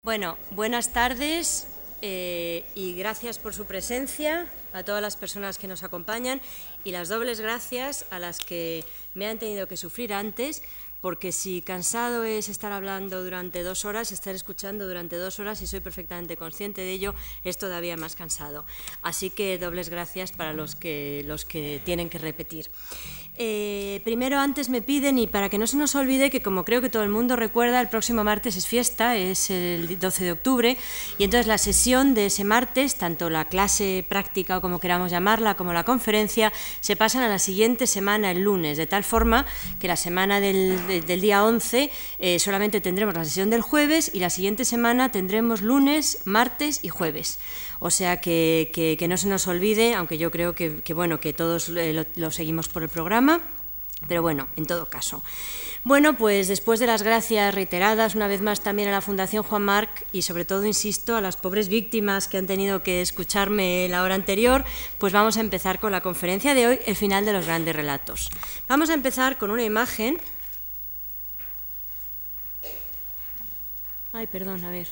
Bueno, buenas tardes y gracias por su presencia a todas las personas que nos acompañan y las dobles gracias a las que me han tenido que sufrir antes, porque si cansado es estar hablando durante 2 horas, estar escuchando durante 2 horas, y soy perfectamente consciente de ello, es todavía más cansado. Así que dobles gracias para los que tienen que repetir. Primero, antes me piden, y para que no se nos olvide, que como creo que todo el mundo recuerda, el próximo martes es fiesta, es el 12 de octubre, y entonces la sesión de ese martes, tanto la clase práctica o como queramos llamarla, como la conferencia, se pasan a la siguiente semana, el lunes, de tal forma que la semana del día 11 solamente tendremos la sesión del jueves y la siguiente semana tendremos lunes, martes y jueves. O sea que no se nos olvide, aunque yo creo que todos lo seguimos por el programa, pero bueno, en todo caso. Bueno, pues después de las gracias reiteradas una vez más también a la Fundación Juan Marc y sobre todo, insisto, a las pobres víctimas que han tenido que escucharme la hora anterior, pues vamos a empezar con la conferencia de hoy, el final de los grandes relatos. Vamos a empezar con una imagen. Ay, perdón, a ver.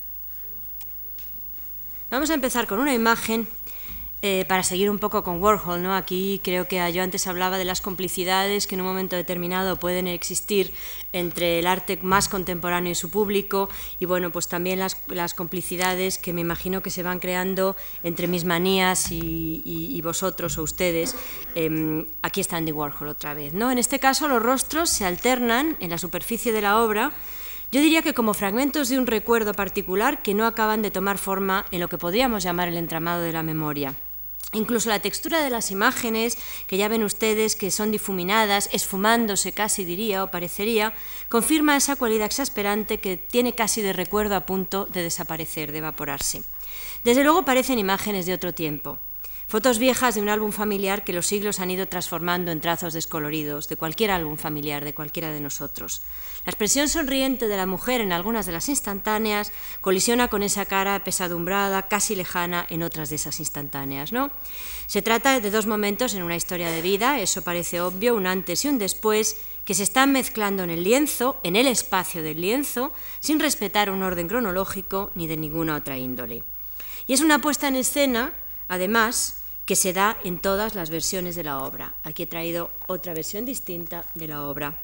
Vamos a empezar con una imagen para seguir un poco con Warhol, ¿no? Aquí creo que yo antes hablaba de las complicidades que en un momento determinado pueden existir entre el arte más contemporáneo y su público, y bueno, pues también las complicidades que me imagino que se van creando entre mis manías y vosotros o ustedes. Aquí está Andy Warhol otra vez, ¿no? En este caso los rostros se alternan en la superficie de la obra. Yo diría que como fragmentos de un recuerdo particular que no acaban de tomar forma en lo que podríamos llamar el entramado de la memoria. Incluso la textura de las imágenes, que ya ven ustedes que son difuminadas, esfumándose casi diría o parecería, confirma esa cualidad exasperante que tiene casi de recuerdo a punto de desaparecer, de evaporarse. Desde luego parecen imágenes de otro tiempo. Fotos viejas de un álbum familiar que los siglos han ido transformando en trazos descoloridos, de cualquier álbum familiar, de cualquiera de nosotros. La expresión sonriente de la mujer en algunas de las instantáneas colisiona con esa cara pesadumbrada, casi lejana en otras de esas instantáneas, ¿no? Se trata de 2 momentos en una historia de vida, eso parece obvio, un antes y un después, que se están mezclando en el lienzo, en el espacio del lienzo, sin respetar un orden cronológico ni de ninguna otra índole. Y es una puesta en escena, además, que se da en todas las versiones de la obra. Aquí he traído otra versión distinta de la obra.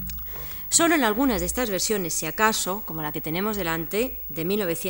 Solo en algunas de estas versiones, si acaso, como la que tenemos delante, de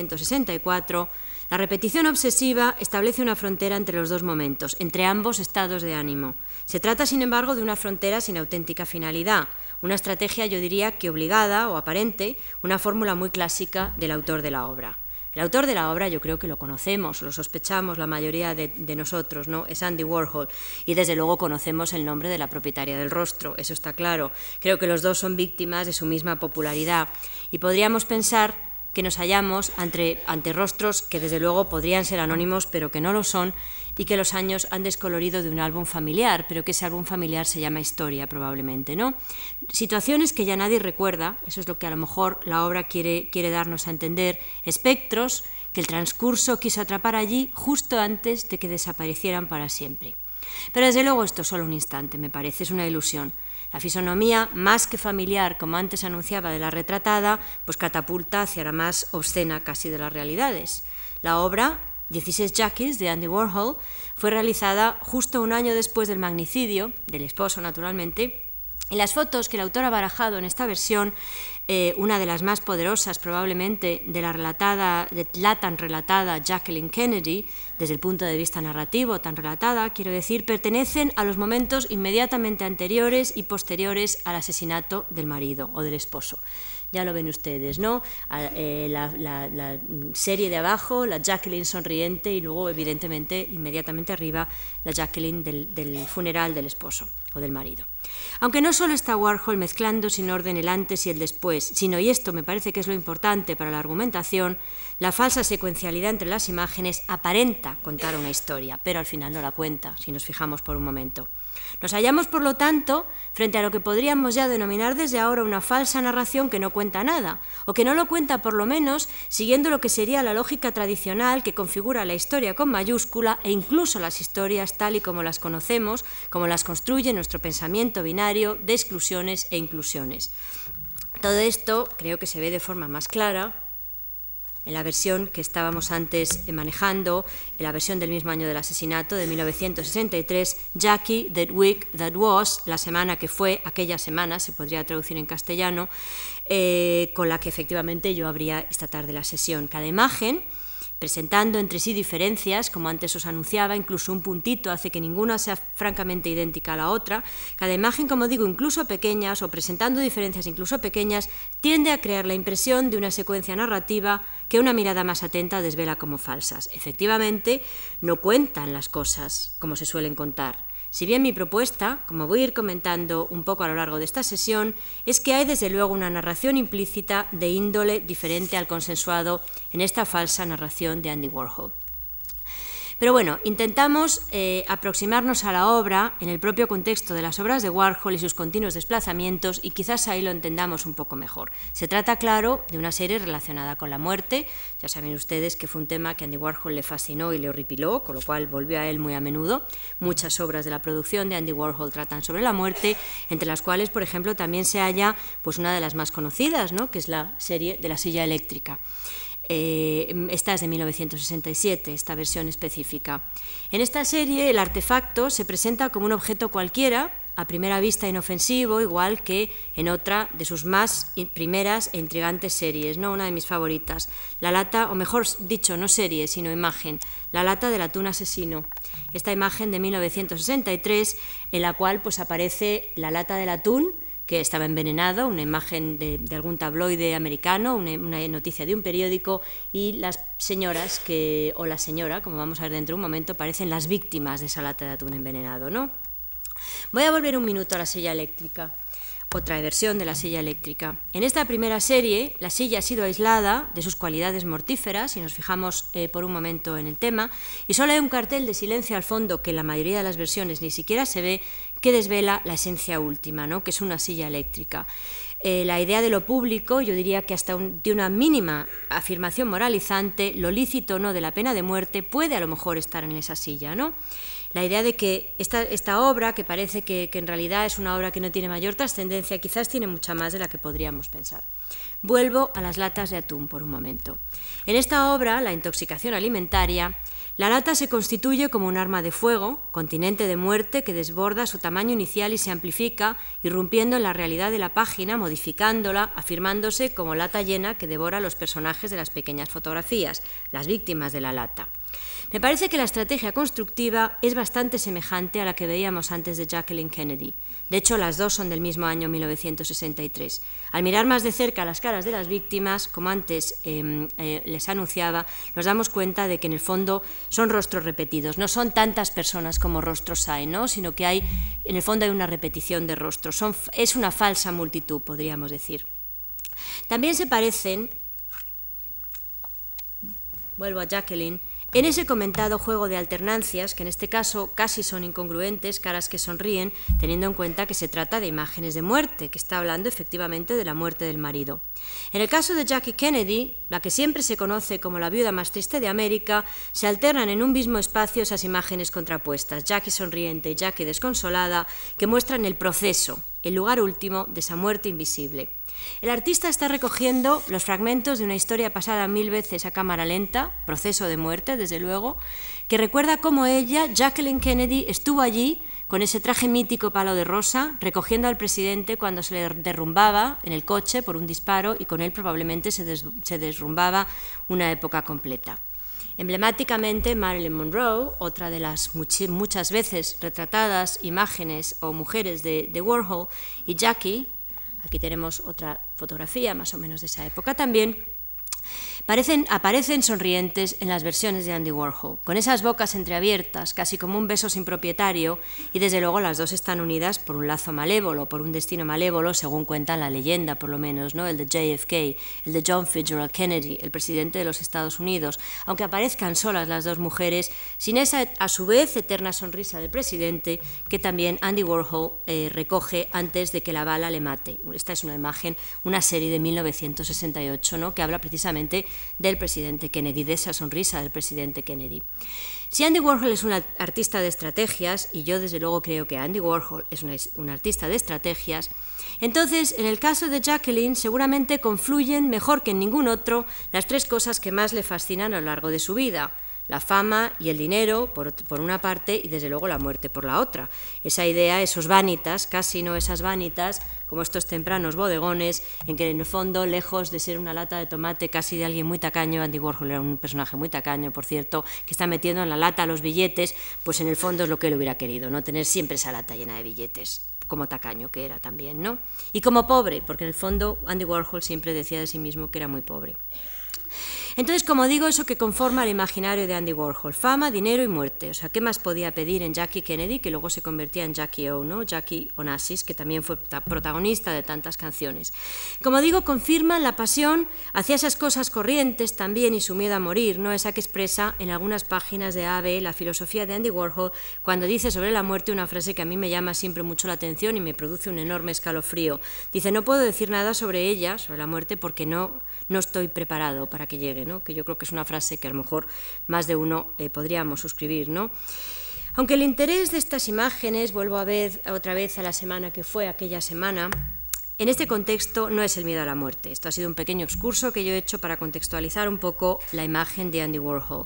1964, la repetición obsesiva establece una frontera entre los 2 momentos, entre ambos estados de ánimo. Se trata, sin embargo, de una frontera sin auténtica finalidad, una estrategia, yo diría, que obligada o aparente, una fórmula muy clásica del autor de la obra. El autor de la obra yo creo que lo conocemos, lo sospechamos la mayoría de nosotros, ¿no? Es Andy Warhol, y desde luego conocemos el nombre de la propietaria del rostro, eso está claro. Creo que los dos son víctimas de su misma popularidad y podríamos pensar que nos hallamos ante rostros que desde luego podrían ser anónimos pero que no lo son, y que los años han descolorido de un álbum familiar, pero que ese álbum familiar se llama historia probablemente, ¿no? Situaciones que ya nadie recuerda, eso es lo que a lo mejor la obra quiere darnos a entender, espectros que el transcurso quiso atrapar allí justo antes de que desaparecieran para siempre. Pero desde luego esto es solo un instante, me parece, es una ilusión. La fisonomía, más que familiar, como antes anunciaba, de la retratada, pues catapulta hacia la más obscena casi de las realidades. La obra 16 Jackies de Andy Warhol fue realizada justo un año después del magnicidio, del esposo naturalmente, y las fotos que el autor ha barajado en esta versión, una de las más poderosas probablemente de la tan relatada Jacqueline Kennedy, desde el punto de vista narrativo tan relatada, quiero decir, pertenecen a los momentos inmediatamente anteriores y posteriores al asesinato del marido o del esposo. Ya lo ven ustedes, ¿no? La serie de abajo, la Jacqueline sonriente, y luego, evidentemente, inmediatamente arriba, la Jacqueline del funeral del esposo o del marido. Aunque no solo está Warhol mezclando sin orden el antes y el después, sino, y esto me parece que es lo importante para la argumentación, la falsa secuencialidad entre las imágenes aparenta contar una historia, pero al final no la cuenta, si nos fijamos por un momento. Nos hallamos, por lo tanto, frente a lo que podríamos ya denominar desde ahora una falsa narración que no cuenta nada, o que no lo cuenta por lo menos siguiendo lo que sería la lógica tradicional que configura la historia con mayúscula e incluso las historias tal y como las conocemos, como las construye nuestro pensamiento binario de exclusiones e inclusiones. Todo esto creo que se ve de forma más clara En la versión que estábamos antes manejando, en la versión del mismo año del asesinato, de 1963, Jackie, That Week That Was, la semana que fue, aquella semana, se podría traducir en castellano, con la que efectivamente yo abría esta tarde la sesión. Cada imagen, presentando entre sí diferencias, como antes os anunciaba, incluso un puntito hace que ninguna sea francamente idéntica a la otra. Cada imagen, como digo, incluso pequeñas, o presentando diferencias incluso pequeñas, tiende a crear la impresión de una secuencia narrativa que una mirada más atenta desvela como falsas. Efectivamente, no cuentan las cosas como se suelen contar. Si bien mi propuesta, como voy a ir comentando un poco a lo largo de esta sesión, es que hay desde luego una narración implícita de índole diferente al consensuado en esta falsa narración de Andy Warhol. Pero bueno, intentamos aproximarnos a la obra en el propio contexto de las obras de Warhol y sus continuos desplazamientos, y quizás ahí lo entendamos un poco mejor. Se trata, claro, de una serie relacionada con la muerte. Ya saben ustedes que fue un tema que a Andy Warhol le fascinó y le horripiló, con lo cual volvió a él muy a menudo. Muchas obras de la producción de Andy Warhol tratan sobre la muerte, entre las cuales, por ejemplo, también se halla pues, una de las más conocidas, ¿no?, que es la serie de la silla eléctrica. Esta es de 1967, esta versión específica. En esta serie el artefacto se presenta como un objeto cualquiera, a primera vista inofensivo, igual que en otra de sus más primeras e intrigantes series, ¿no?, una de mis favoritas, la lata, o mejor dicho, no serie, sino imagen, la lata del atún asesino. Esta imagen de 1963, en la cual pues, aparece la lata del atún, que estaba envenenado, una imagen de algún tabloide americano, una noticia de un periódico, y las señoras, o la señora, como vamos a ver dentro de un momento, parecen las víctimas de esa lata de atún envenenado, ¿no? Voy a volver un minuto a la silla eléctrica, otra versión de la silla eléctrica. En esta primera serie, la silla ha sido aislada de sus cualidades mortíferas, si nos fijamos por un momento en el tema, y solo hay un cartel de silencio al fondo, que en la mayoría de las versiones ni siquiera se ve, que desvela la esencia última, ¿no?, que es una silla eléctrica. La idea de lo público, yo diría que hasta de una mínima afirmación moralizante, lo lícito o no de la pena de muerte puede a lo mejor estar en esa silla, ¿no? La idea de que esta obra, que parece que en realidad es una obra que no tiene mayor trascendencia, quizás tiene mucha más de la que podríamos pensar. Vuelvo a las latas de atún por un momento. En esta obra, La intoxicación alimentaria, la lata se constituye como un arma de fuego, continente de muerte que desborda su tamaño inicial y se amplifica, irrumpiendo en la realidad de la página, modificándola, afirmándose como lata llena que devora a los personajes de las pequeñas fotografías, las víctimas de la lata. Me parece que la estrategia constructiva es bastante semejante a la que veíamos antes de Jacqueline Kennedy. De hecho, las dos son del mismo año 1963. Al mirar más de cerca las caras de las víctimas, como antes les anunciaba, nos damos cuenta de que en el fondo son rostros repetidos. No son tantas personas como rostros hay, ¿no?, sino que en el fondo hay una repetición de rostros. Es una falsa multitud, podríamos decir. También se parecen, vuelvo a Jacqueline, en ese comentado juego de alternancias, que en este caso casi son incongruentes, caras que sonríen, teniendo en cuenta que se trata de imágenes de muerte, que está hablando efectivamente de la muerte del marido. En el caso de Jackie Kennedy, la que siempre se conoce como la viuda más triste de América, se alternan en un mismo espacio esas imágenes contrapuestas, Jackie sonriente y Jackie desconsolada, que muestran el proceso, el lugar último de esa muerte invisible. El artista está recogiendo los fragmentos de una historia pasada 1000 veces a cámara lenta, proceso de muerte, desde luego, que recuerda cómo ella, Jacqueline Kennedy, estuvo allí con ese traje mítico palo de rosa, recogiendo al presidente cuando se le derrumbaba en el coche por un disparo y con él probablemente se derrumbaba una época completa. Emblemáticamente, Marilyn Monroe, otra de las muchas veces retratadas imágenes o mujeres de Warhol, y Jackie, aquí tenemos otra fotografía más o menos de esa época también, aparecen sonrientes en las versiones de Andy Warhol, con esas bocas entreabiertas, casi como un beso sin propietario, y desde luego las dos están unidas por un lazo malévolo, por un destino malévolo, según cuenta la leyenda, por lo menos, ¿no?, el de JFK, el de John Fitzgerald Kennedy, el presidente de los Estados Unidos, aunque aparezcan solas las dos mujeres, sin esa, a su vez, eterna sonrisa del presidente, que también Andy Warhol recoge antes de que la bala le mate. Esta es una imagen, una serie de 1968, ¿no?, que habla precisamente del presidente Kennedy, de esa sonrisa del presidente Kennedy. Si Andy Warhol es un artista de estrategias, y yo desde luego creo que Andy Warhol es un artista de estrategias, entonces en el caso de Jacqueline seguramente confluyen mejor que en ningún otro las tres cosas que más le fascinan a lo largo de su vida: la fama y el dinero por una parte y desde luego la muerte por la otra. Esa idea, esos vanitas, casi no esas vanitas, como estos tempranos bodegones, en que en el fondo, lejos de ser una lata de tomate casi de alguien muy tacaño, Andy Warhol era un personaje muy tacaño, por cierto, que está metiendo en la lata los billetes, pues en el fondo es lo que él hubiera querido, ¿no? Tener siempre esa lata llena de billetes, como tacaño que era también, ¿no? Y como pobre, porque en el fondo Andy Warhol siempre decía de sí mismo que era muy pobre. Entonces, como digo, eso que conforma el imaginario de Andy Warhol: fama, dinero y muerte. O sea, ¿qué más podía pedir en Jackie Kennedy, que luego se convertía en Jackie O, ¿no? Jackie Onassis, que también fue protagonista de tantas canciones. Como digo, confirma la pasión hacia esas cosas corrientes también y su miedo a morir, ¿no? Esa que expresa en algunas páginas de A.B. la filosofía de Andy Warhol, cuando dice sobre la muerte una frase que a mí me llama siempre mucho la atención y me produce un enorme escalofrío. Dice: no puedo decir nada sobre ella, sobre la muerte, porque no estoy preparado para que llegue, ¿no? Que yo creo que es una frase que a lo mejor más de uno podríamos suscribir, ¿no? Aunque el interés de estas imágenes, vuelvo a ver otra vez a la semana que fue, aquella semana, en este contexto no es el miedo a la muerte. Esto ha sido un pequeño excurso que yo he hecho para contextualizar un poco la imagen de Andy Warhol,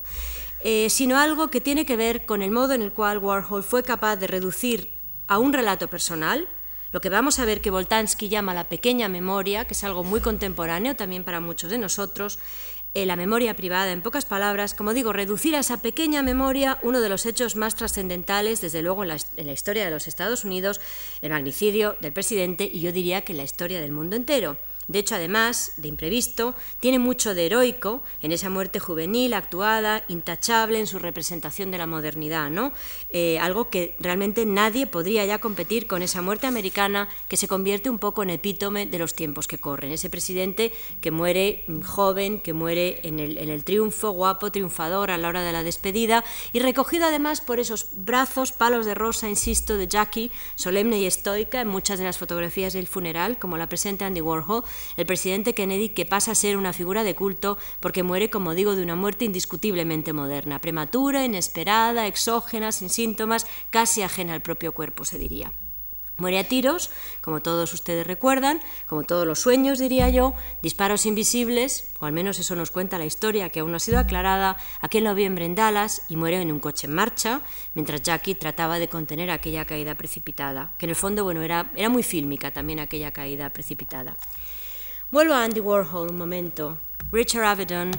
sino algo que tiene que ver con el modo en el cual Warhol fue capaz de reducir a un relato personal lo que vamos a ver que Boltanski llama la pequeña memoria, que es algo muy contemporáneo también para muchos de nosotros, la memoria privada. En pocas palabras, como digo, reducir a esa pequeña memoria uno de los hechos más trascendentales, desde luego en la historia de los Estados Unidos, el magnicidio del presidente, y yo diría que en la historia del mundo entero. De hecho, además de imprevisto, tiene mucho de heroico en esa muerte juvenil, actuada, intachable en su representación de la modernidad, ¿no? Algo que realmente nadie podría ya competir con esa muerte americana, que se convierte un poco en epítome de los tiempos que corren. Ese presidente que muere joven, que muere en el triunfo, guapo, triunfador a la hora de la despedida, y recogido además por esos brazos, palos de rosa, insisto, de Jackie, solemne y estoica en muchas de las fotografías del funeral, como la presenta Andy Warhol. El presidente Kennedy, que pasa a ser una figura de culto porque muere, como digo, de una muerte indiscutiblemente moderna, prematura, inesperada, exógena, sin síntomas, casi ajena al propio cuerpo, se diría. Muere a tiros, como todos ustedes recuerdan, como todos los sueños, diría yo, disparos invisibles, o al menos eso nos cuenta la historia, que aún no ha sido aclarada, aquel noviembre en Dallas, y muere en un coche en marcha, mientras Jackie trataba de contener aquella caída precipitada, que en el fondo, bueno, era muy fílmica también aquella caída precipitada. Vuelvo a Andy Warhol un momento. Richard Avedon,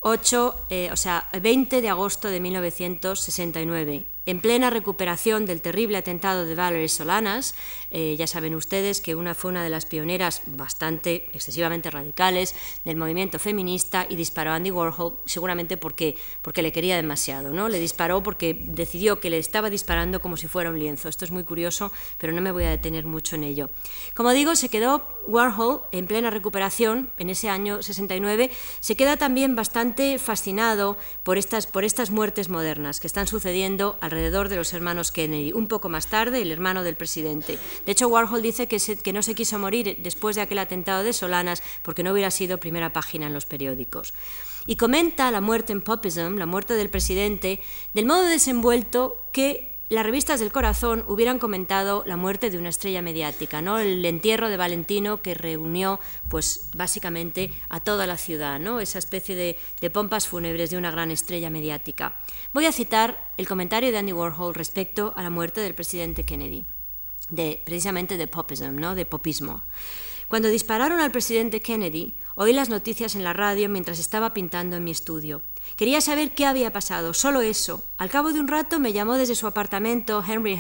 20 de agosto de 1969. En plena recuperación del terrible atentado de Valerie Solanas, ya saben ustedes que fue una de las pioneras excesivamente radicales del movimiento feminista, y disparó a Andy Warhol seguramente porque le quería demasiado, ¿no? Le disparó porque decidió que le estaba disparando como si fuera un lienzo. Esto es muy curioso, pero no me voy a detener mucho en ello. Como digo, se quedó Warhol en plena recuperación en ese año 69, se queda también bastante fascinado por estas muertes modernas que están sucediendo alrededor de los hermanos Kennedy. Un poco más tarde, el hermano del presidente. De hecho, Warhol dice que no se quiso morir después de aquel atentado de Solanas porque no hubiera sido primera página en los periódicos. Y comenta la muerte en Popism, la muerte del presidente, del modo desenvuelto que las revistas del corazón hubieran comentado la muerte de una estrella mediática, ¿no? El entierro de Valentino, que reunió pues básicamente a toda la ciudad, ¿no? Esa especie de pompas fúnebres de una gran estrella mediática. Voy a citar el comentario de Andy Warhol respecto a la muerte del presidente Kennedy, precisamente de Popism, ¿no? De popismo. Cuando dispararon al presidente Kennedy, oí las noticias en la radio mientras estaba pintando en mi estudio. Quería saber qué había pasado, solo eso. Al cabo de un rato me llamó desde su apartamento Henry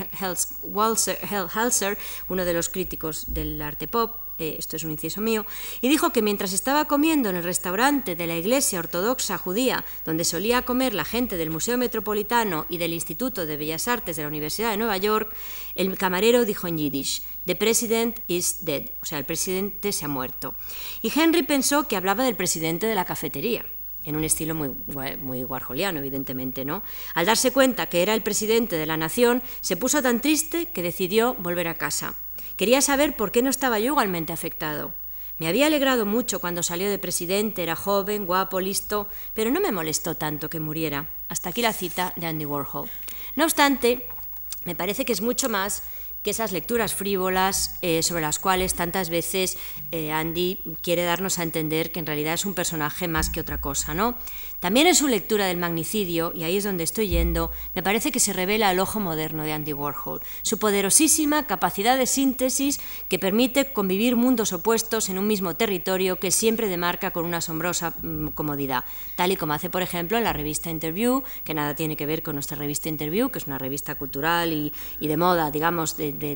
Halser, uno de los críticos del arte pop, esto es un inciso mío, y dijo que mientras estaba comiendo en el restaurante de la iglesia ortodoxa judía, donde solía comer la gente del Museo Metropolitano y del Instituto de Bellas Artes de la Universidad de Nueva York, el camarero dijo en yiddish: "The president is dead", o sea, el presidente se ha muerto. Y Henry pensó que hablaba del presidente de la cafetería, en un estilo muy warholiano, evidentemente, ¿no? Al darse cuenta que era el presidente de la nación, se puso tan triste que decidió volver a casa. Quería saber por qué no estaba yo igualmente afectado. Me había alegrado mucho cuando salió de presidente, era joven, guapo, listo, pero no me molestó tanto que muriera. Hasta aquí la cita de Andy Warhol. No obstante, me parece que es mucho más que esas lecturas frívolas sobre las cuales tantas veces Andy quiere darnos a entender que en realidad es un personaje más que otra cosa, ¿no? También en su lectura del magnicidio, y ahí es donde estoy yendo, me parece que se revela el ojo moderno de Andy Warhol, su poderosísima capacidad de síntesis que permite convivir mundos opuestos en un mismo territorio que siempre demarca con una asombrosa comodidad, tal y como hace, por ejemplo, en la revista Interview, que nada tiene que ver con nuestra revista Interview, que es una revista cultural y de moda, digamos,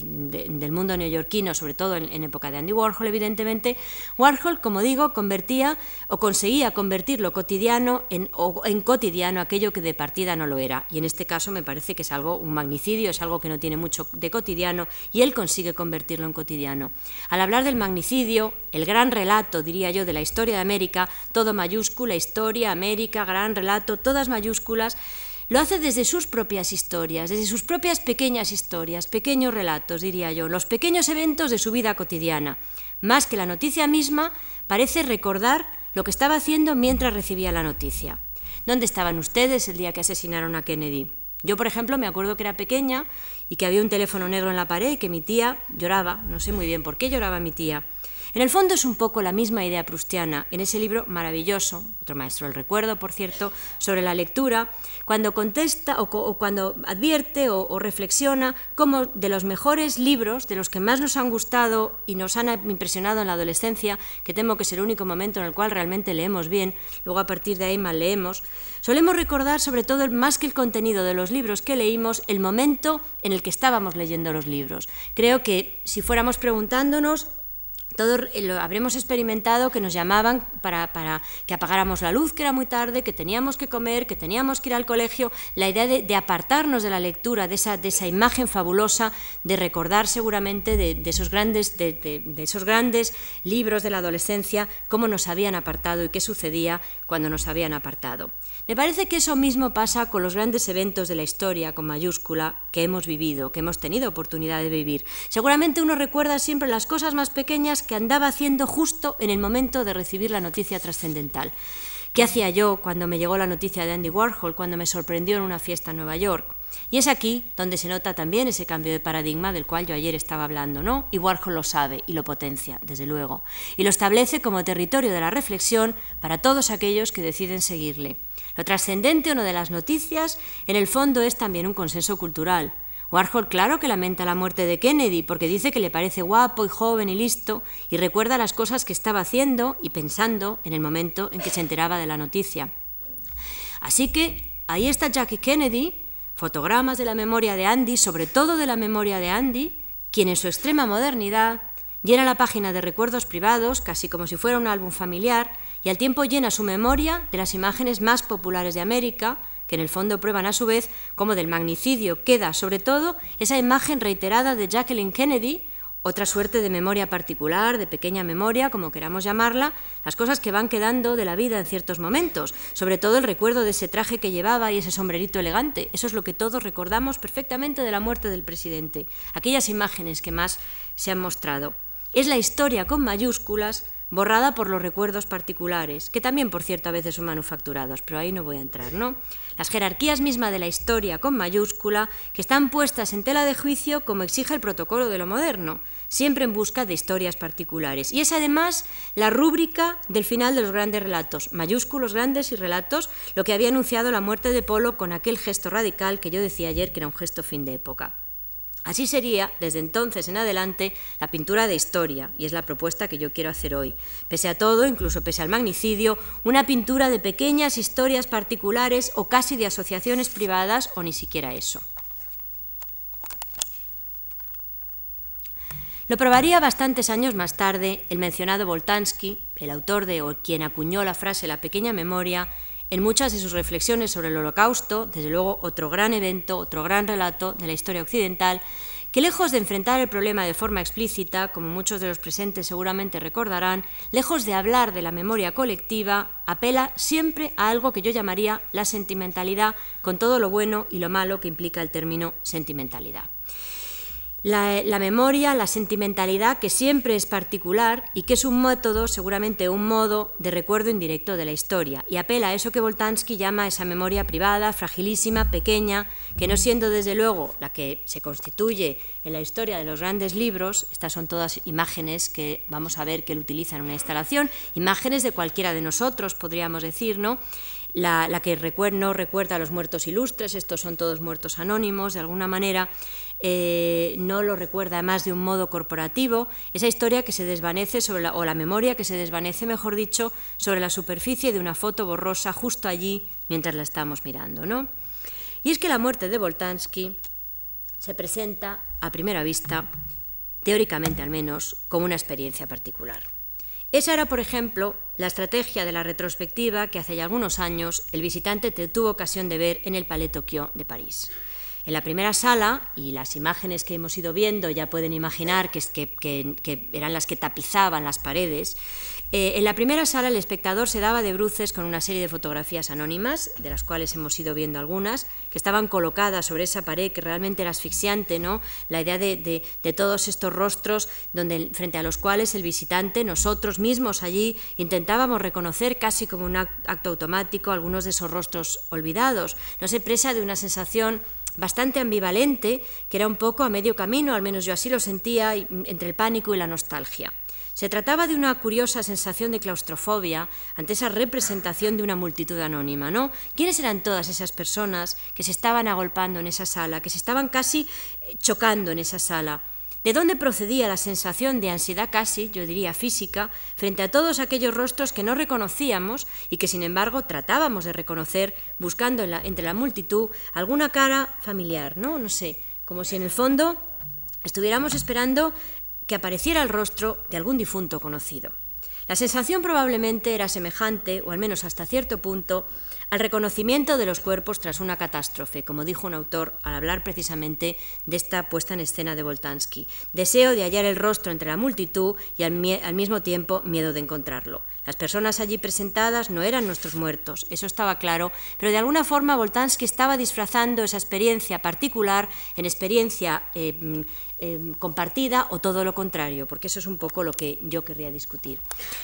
del mundo neoyorquino, sobre todo en época de Andy Warhol, evidentemente. Warhol, como digo, convertía o conseguía convertir lo cotidiano en cotidiano aquello que de partida no lo era, y en este caso me parece que es algo, un magnicidio, es algo que no tiene mucho de cotidiano, y él consigue convertirlo en cotidiano. Al hablar del magnicidio, el gran relato, diría yo, de la historia de América, todo mayúscula, historia, América, gran relato, todas mayúsculas, lo hace desde sus propias historias, desde sus propias pequeñas historias, pequeños relatos, diría yo, los pequeños eventos de su vida cotidiana. Más que la noticia misma, parece recordar lo que estaba haciendo mientras recibía la noticia. ¿Dónde estaban ustedes el día que asesinaron a Kennedy? Yo, por ejemplo, me acuerdo que era pequeña y que había un teléfono negro en la pared y que mi tía lloraba, no sé muy bien por qué lloraba mi tía. En el fondo es un poco la misma idea proustiana en ese libro maravilloso, otro maestro del recuerdo, por cierto, sobre la lectura, cuando contesta o cuando advierte o reflexiona cómo de los mejores libros, de los que más nos han gustado y nos han impresionado en la adolescencia, que temo que es el único momento en el cual realmente leemos bien, luego a partir de ahí mal leemos, solemos recordar sobre todo más que el contenido de los libros que leímos, el momento en el que estábamos leyendo los libros. Creo que si fuéramos preguntándonos, todos lo habremos experimentado que nos llamaban para que apagáramos la luz, que era muy tarde, que teníamos que comer, que teníamos que ir al colegio. La idea de apartarnos de la lectura, de esa imagen fabulosa, de recordar seguramente de esos grandes libros de la adolescencia, cómo nos habían apartado y qué sucedía cuando nos habían apartado. Me parece que eso mismo pasa con los grandes eventos de la historia, con mayúscula, que hemos vivido, que hemos tenido oportunidad de vivir. Seguramente uno recuerda siempre las cosas más pequeñas que andaba haciendo justo en el momento de recibir la noticia trascendental. ¿Qué hacía yo cuando me llegó la noticia de Andy Warhol, cuando me sorprendió en una fiesta en Nueva York? Y es aquí donde se nota también ese cambio de paradigma del cual yo ayer estaba hablando, ¿no? Y Warhol lo sabe y lo potencia, desde luego, y lo establece como territorio de la reflexión para todos aquellos que deciden seguirle. Lo trascendente o no de las noticias, en el fondo, es también un consenso cultural. Warhol, claro que lamenta la muerte de Kennedy, porque dice que le parece guapo y joven y listo, y recuerda las cosas que estaba haciendo y pensando en el momento en que se enteraba de la noticia. Así que ahí está Jackie Kennedy, fotogramas de la memoria de Andy, sobre todo de la memoria de Andy, quien en su extrema modernidad llena la página de recuerdos privados, casi como si fuera un álbum familiar, y al tiempo llena su memoria de las imágenes más populares de América, que en el fondo prueban a su vez cómo del magnicidio queda, sobre todo, esa imagen reiterada de Jacqueline Kennedy, otra suerte de memoria particular, de pequeña memoria, como queramos llamarla, las cosas que van quedando de la vida en ciertos momentos, sobre todo el recuerdo de ese traje que llevaba y ese sombrerito elegante. Eso es lo que todos recordamos perfectamente de la muerte del presidente, aquellas imágenes que más se han mostrado. Es la historia con mayúsculas, borrada por los recuerdos particulares, que también, por cierto, a veces son manufacturados, pero ahí no voy a entrar, ¿no? Las jerarquías mismas de la historia con mayúscula, que están puestas en tela de juicio como exige el protocolo de lo moderno, siempre en busca de historias particulares. Y es además la rúbrica del final de los grandes relatos, mayúsculos grandes y relatos, lo que había anunciado la muerte de Pollock con aquel gesto radical que yo decía ayer que era un gesto fin de época. Así sería, desde entonces en adelante, la pintura de historia, y es la propuesta que yo quiero hacer hoy. Pese a todo, incluso pese al magnicidio, una pintura de pequeñas historias particulares o casi de asociaciones privadas, o ni siquiera eso. Lo probaría bastantes años más tarde el mencionado Boltanski, el autor de o quien acuñó la frase «la pequeña memoria», en muchas de sus reflexiones sobre el Holocausto, desde luego otro gran evento, otro gran relato de la historia occidental, que lejos de enfrentar el problema de forma explícita, como muchos de los presentes seguramente recordarán, lejos de hablar de la memoria colectiva, apela siempre a algo que yo llamaría la sentimentalidad, con todo lo bueno y lo malo que implica el término sentimentalidad. La memoria, la sentimentalidad, que siempre es particular y que es un método, seguramente un modo de recuerdo indirecto de la historia, y apela a eso que Boltanski llama esa memoria privada, fragilísima, pequeña, que no siendo desde luego la que se constituye en la historia de los grandes libros. Estas son todas imágenes que vamos a ver que él utiliza en una instalación, imágenes de cualquiera de nosotros, podríamos decir, ¿no? La que no recuerda a los muertos ilustres, estos son todos muertos anónimos, de alguna manera no lo recuerda además de un modo corporativo, esa historia que se desvanece o la memoria que se desvanece, mejor dicho, sobre la superficie de una foto borrosa justo allí mientras la estamos mirando, ¿no? Y es que la muerte de Boltanski se presenta a primera vista, teóricamente al menos, como una experiencia particular. Esa era, por ejemplo, la estrategia de la retrospectiva que hace ya algunos años el visitante tuvo ocasión de ver en el Palais Tokyo de París. En la primera sala, y las imágenes que hemos ido viendo ya pueden imaginar que eran las que tapizaban las paredes, en la primera sala el espectador se daba de bruces con una serie de fotografías anónimas, de las cuales hemos ido viendo algunas, que estaban colocadas sobre esa pared, que realmente era asfixiante, ¿no? La idea de todos estos rostros frente a los cuales el visitante, nosotros mismos allí, intentábamos reconocer casi como un acto automático algunos de esos rostros olvidados. No se presa de una sensación bastante ambivalente, que era un poco a medio camino, al menos yo así lo sentía, entre el pánico y la nostalgia. Se trataba de una curiosa sensación de claustrofobia ante esa representación de una multitud anónima, ¿no? ¿Quiénes eran todas esas personas que se estaban agolpando en esa sala, que se estaban casi chocando en esa sala? ¿De dónde procedía la sensación de ansiedad casi, yo diría física, frente a todos aquellos rostros que no reconocíamos y que sin embargo tratábamos de reconocer buscando entre la multitud alguna cara familiar, ¿no? No sé, como si en el fondo estuviéramos esperando que apareciera el rostro de algún difunto conocido. La sensación probablemente era semejante, o al menos hasta cierto punto, al reconocimiento de los cuerpos tras una catástrofe, como dijo un autor al hablar precisamente de esta puesta en escena de Boltanski. Deseo de hallar el rostro entre la multitud y al mismo tiempo miedo de encontrarlo. Las personas allí presentadas no eran nuestros muertos, eso estaba claro, pero de alguna forma Boltanski estaba disfrazando esa experiencia particular en experiencia compartida o todo lo contrario, porque eso es un poco lo que yo querría discutir.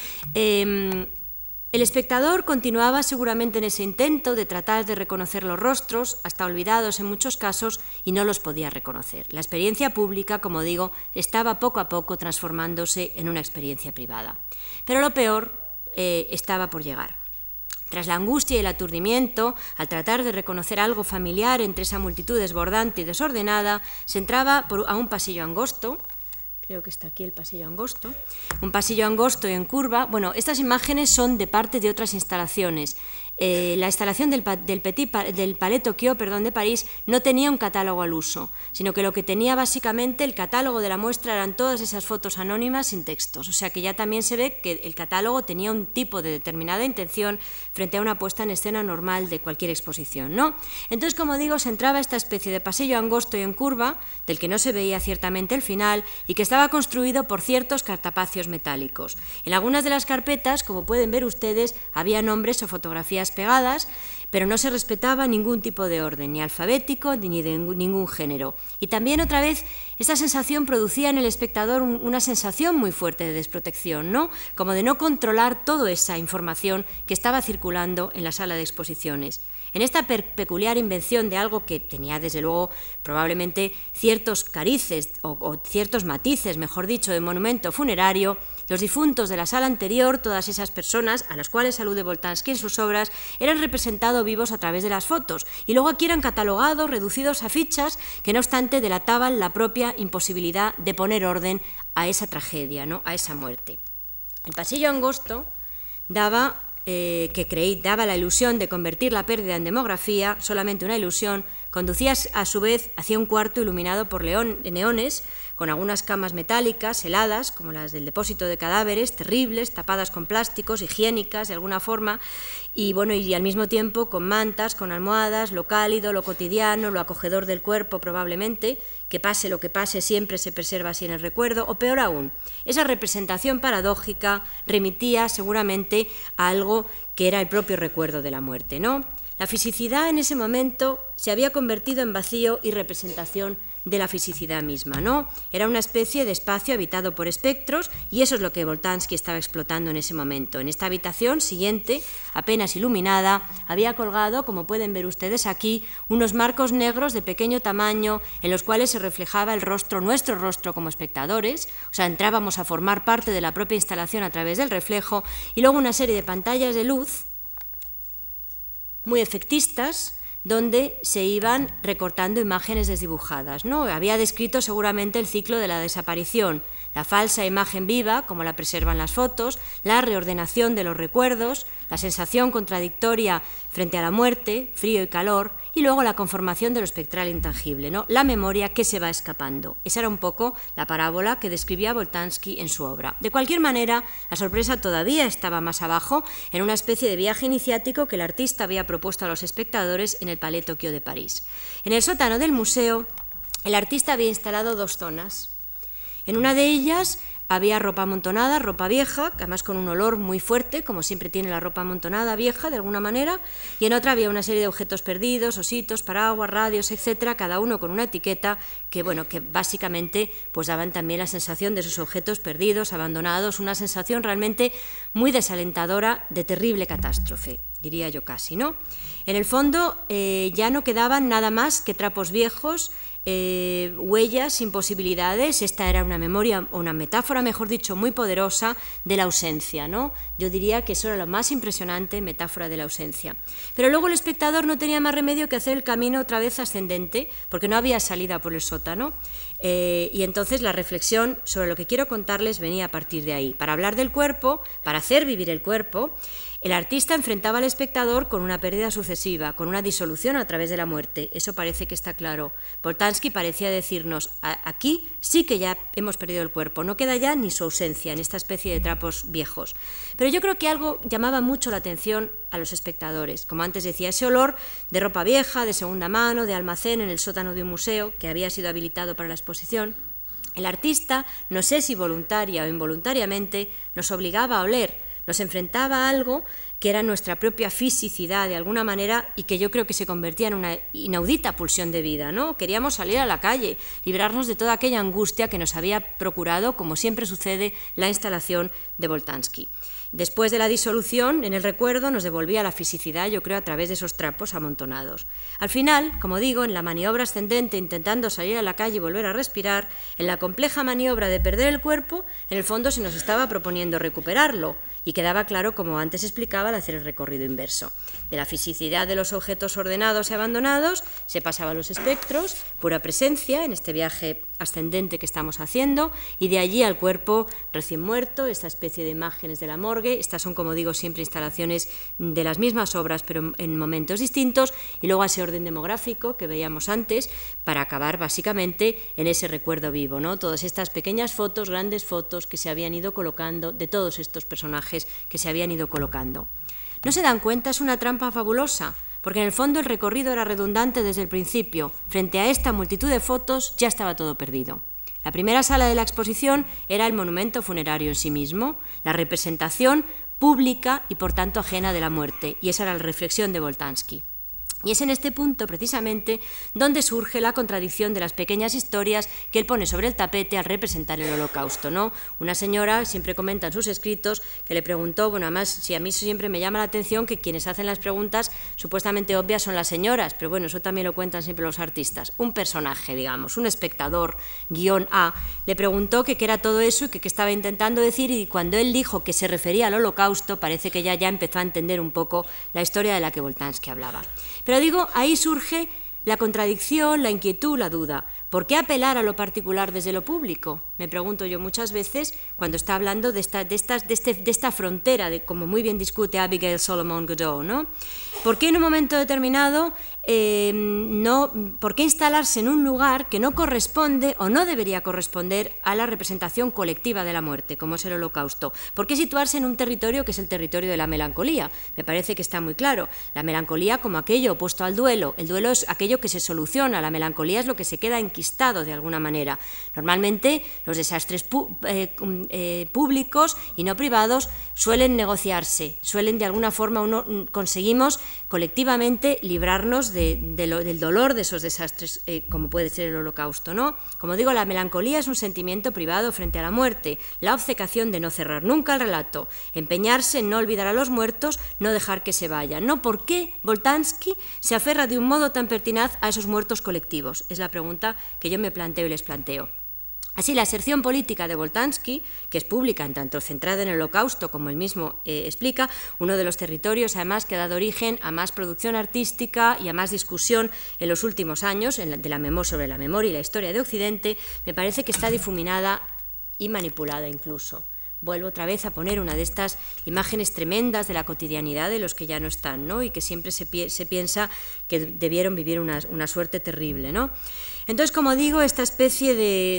El espectador continuaba seguramente en ese intento de tratar de reconocer los rostros, hasta olvidados en muchos casos, y no los podía reconocer. La experiencia pública, como digo, estaba poco a poco transformándose en una experiencia privada. Pero lo peor estaba por llegar. Tras la angustia y el aturdimiento, al tratar de reconocer algo familiar entre esa multitud desbordante y desordenada, se entraba a un pasillo angosto. Creo que está aquí el pasillo angosto, un pasillo angosto y en curva. Bueno, estas imágenes son de parte de otras instalaciones. La instalación del Palais Tokyo, de París, no tenía un catálogo al uso, sino que lo que tenía básicamente el catálogo de la muestra eran todas esas fotos anónimas sin textos. O sea que ya también se ve que el catálogo tenía un tipo de determinada intención frente a una puesta en escena normal de cualquier exposición, ¿no? Entonces, como digo, se entraba esta especie de pasillo angosto y en curva, del que no se veía ciertamente el final y que estaba construido por ciertos cartapacios metálicos. En algunas de las carpetas, como pueden ver ustedes, había nombres o fotografías pegadas, pero no se respetaba ningún tipo de orden, ni alfabético ni de ningún género. Y también otra vez esta sensación producía en el espectador una sensación muy fuerte de desprotección, ¿no? Como de no controlar toda esa información que estaba circulando en la sala de exposiciones. En esta peculiar invención de algo que tenía, desde luego, probablemente ciertos carices o ciertos matices, mejor dicho, de monumento funerario, los difuntos de la sala anterior, todas esas personas a las cuales alude Boltanski en sus obras, eran representados vivos a través de las fotos y luego aquí eran catalogados, reducidos a fichas que no obstante delataban la propia imposibilidad de poner orden a esa tragedia, ¿no? A esa muerte. El pasillo angosto daba la ilusión de convertir la pérdida en demografía, solamente una ilusión, conducía a su vez hacia un cuarto iluminado por neones, con algunas camas metálicas, heladas, como las del depósito de cadáveres, terribles, tapadas con plásticos, higiénicas de alguna forma, y al mismo tiempo con mantas, con almohadas, lo cálido, lo cotidiano, lo acogedor del cuerpo probablemente, que pase lo que pase siempre se preserva así en el recuerdo, o peor aún, esa representación paradójica remitía seguramente a algo que era el propio recuerdo de la muerte, ¿no? La fisicidad en ese momento se había convertido en vacío y representación de la fisicidad misma, ¿no? Era una especie de espacio habitado por espectros y eso es lo que Boltanski estaba explotando en ese momento. En esta habitación siguiente, apenas iluminada, había colgado, como pueden ver ustedes aquí, unos marcos negros de pequeño tamaño en los cuales se reflejaba el rostro, nuestro rostro como espectadores, o sea, entrábamos a formar parte de la propia instalación a través del reflejo, y luego una serie de pantallas de luz muy efectistas, donde se iban recortando imágenes desdibujadas, ¿no? Había descrito seguramente el ciclo de la desaparición, la falsa imagen viva, como la preservan las fotos, la reordenación de los recuerdos, la sensación contradictoria frente a la muerte, frío y calor, y luego la conformación de lo espectral intangible, ¿no? La memoria que se va escapando. Esa era un poco la parábola que describía Boltanski en su obra. De cualquier manera, la sorpresa todavía estaba más abajo, en una especie de viaje iniciático que el artista había propuesto a los espectadores en el Palais Tokyo de París. En el sótano del museo, el artista había instalado 2 zonas. En una de ellas había ropa amontonada, ropa vieja, además con un olor muy fuerte, como siempre tiene la ropa amontonada vieja, de alguna manera, y en otra había una serie de objetos perdidos, ositos, paraguas, radios, etcétera, cada uno con una etiqueta que, bueno, que básicamente pues daban también la sensación de esos objetos perdidos, abandonados, una sensación realmente muy desalentadora de terrible catástrofe, diría yo casi, ¿no? En el fondo ya no quedaban nada más que trapos viejos, huellas, imposibilidades. Esta era una memoria, o una metáfora, mejor dicho, muy poderosa de la ausencia, ¿no? Yo diría que eso era la más impresionante metáfora de la ausencia. Pero luego el espectador no tenía más remedio que hacer el camino otra vez ascendente, porque no había salida por el sótano, y entonces la reflexión sobre lo que quiero contarles venía a partir de ahí. Para hablar del cuerpo, para hacer vivir el cuerpo, el artista enfrentaba al espectador con una pérdida sucesiva, con una disolución a través de la muerte. Eso parece que está claro. Boltanski parecía decirnos, aquí sí que ya hemos perdido el cuerpo, no queda ya ni su ausencia en esta especie de trapos viejos. Pero yo creo que algo llamaba mucho la atención a los espectadores. Como antes decía, ese olor de ropa vieja, de segunda mano, de almacén en el sótano de un museo que había sido habilitado para la exposición. El artista, no sé si voluntaria o involuntariamente, nos obligaba a oler, nos enfrentaba a algo que era nuestra propia fisicidad de alguna manera y que yo creo que se convertía en una inaudita pulsión de vida, ¿no? Queríamos salir a la calle, librarnos de toda aquella angustia que nos había procurado, como siempre sucede, la instalación de Boltanski. Después de la disolución, en el recuerdo nos devolvía la fisicidad, yo creo, a través de esos trapos amontonados. Al final, como digo, en la maniobra ascendente, intentando salir a la calle y volver a respirar, en la compleja maniobra de perder el cuerpo, en el fondo se nos estaba proponiendo recuperarlo, y quedaba claro, como antes explicaba, al hacer el recorrido inverso. De la fisicidad de los objetos ordenados y abandonados se pasaba a los espectros, pura presencia en este viaje ascendente que estamos haciendo, y de allí al cuerpo recién muerto, esta especie de imágenes de la morgue. Estas son, como digo, siempre instalaciones de las mismas obras, pero en momentos distintos, y luego a ese orden demográfico que veíamos antes, para acabar básicamente en ese recuerdo vivo, ¿no? Todas estas pequeñas fotos, grandes fotos que se habían ido colocando de todos estos personajes que se habían ido colocando. ¿No se dan cuenta? Es una trampa fabulosa, porque en el fondo el recorrido era redundante desde el principio. Frente a esta multitud de fotos ya estaba todo perdido. La primera sala de la exposición era el monumento funerario en sí mismo, la representación pública y por tanto ajena de la muerte, y esa era la reflexión de Boltanski. Y es en este punto, precisamente, donde surge la contradicción de las pequeñas historias que él pone sobre el tapete al representar el Holocausto, ¿no? Una señora siempre comenta en sus escritos que le preguntó, bueno, además, si a mí siempre me llama la atención que quienes hacen las preguntas supuestamente obvias son las señoras, pero bueno, eso también lo cuentan siempre los artistas. Un personaje, digamos, un espectador, guión A, le preguntó que qué era todo eso y que qué estaba intentando decir, y cuando él dijo que se refería al Holocausto, parece que ya empezó a entender un poco la historia de la que Boltanski hablaba. Pero digo, ahí surge la contradicción, la inquietud, la duda. ¿Por qué apelar a lo particular desde lo público? Me pregunto yo muchas veces cuando está hablando de esta frontera, de, como muy bien discute Abigail Solomon Godeau, ¿no? ¿Por qué en un momento determinado por qué instalarse en un lugar que no corresponde o no debería corresponder a la representación colectiva de la muerte, como es el Holocausto? ¿Por qué situarse en un territorio que es el territorio de la melancolía? Me parece que está muy claro. La melancolía como aquello opuesto al duelo. El duelo es aquello aquello que se soluciona, la melancolía es lo que se queda enquistado de alguna manera. Normalmente los desastres públicos y no privados suelen negociarse, suelen de alguna forma conseguimos colectivamente librarnos del dolor de esos desastres, como puede ser el Holocausto, ¿no? Como digo, la melancolía es un sentimiento privado frente a la muerte, la obcecación de no cerrar nunca el relato, empeñarse en no olvidar a los muertos, no dejar que se vayan, ¿no? ¿Por qué Boltanski se aferra de un modo tan pertinaz a esos muertos colectivos? Es la pregunta que yo me planteo y les planteo. Así, la aserción política de Boltanski, que es pública en tanto centrada en el Holocausto, como él mismo explica, uno de los territorios además que ha dado origen a más producción artística y a más discusión en los últimos años sobre la memoria y la historia de Occidente, me parece que está difuminada y manipulada incluso. Vuelvo otra vez a poner una de estas imágenes tremendas de la cotidianidad de los que ya no están, ¿no? Y que siempre se piensa que debieron vivir una suerte terrible, ¿no? Entonces, como digo, esta especie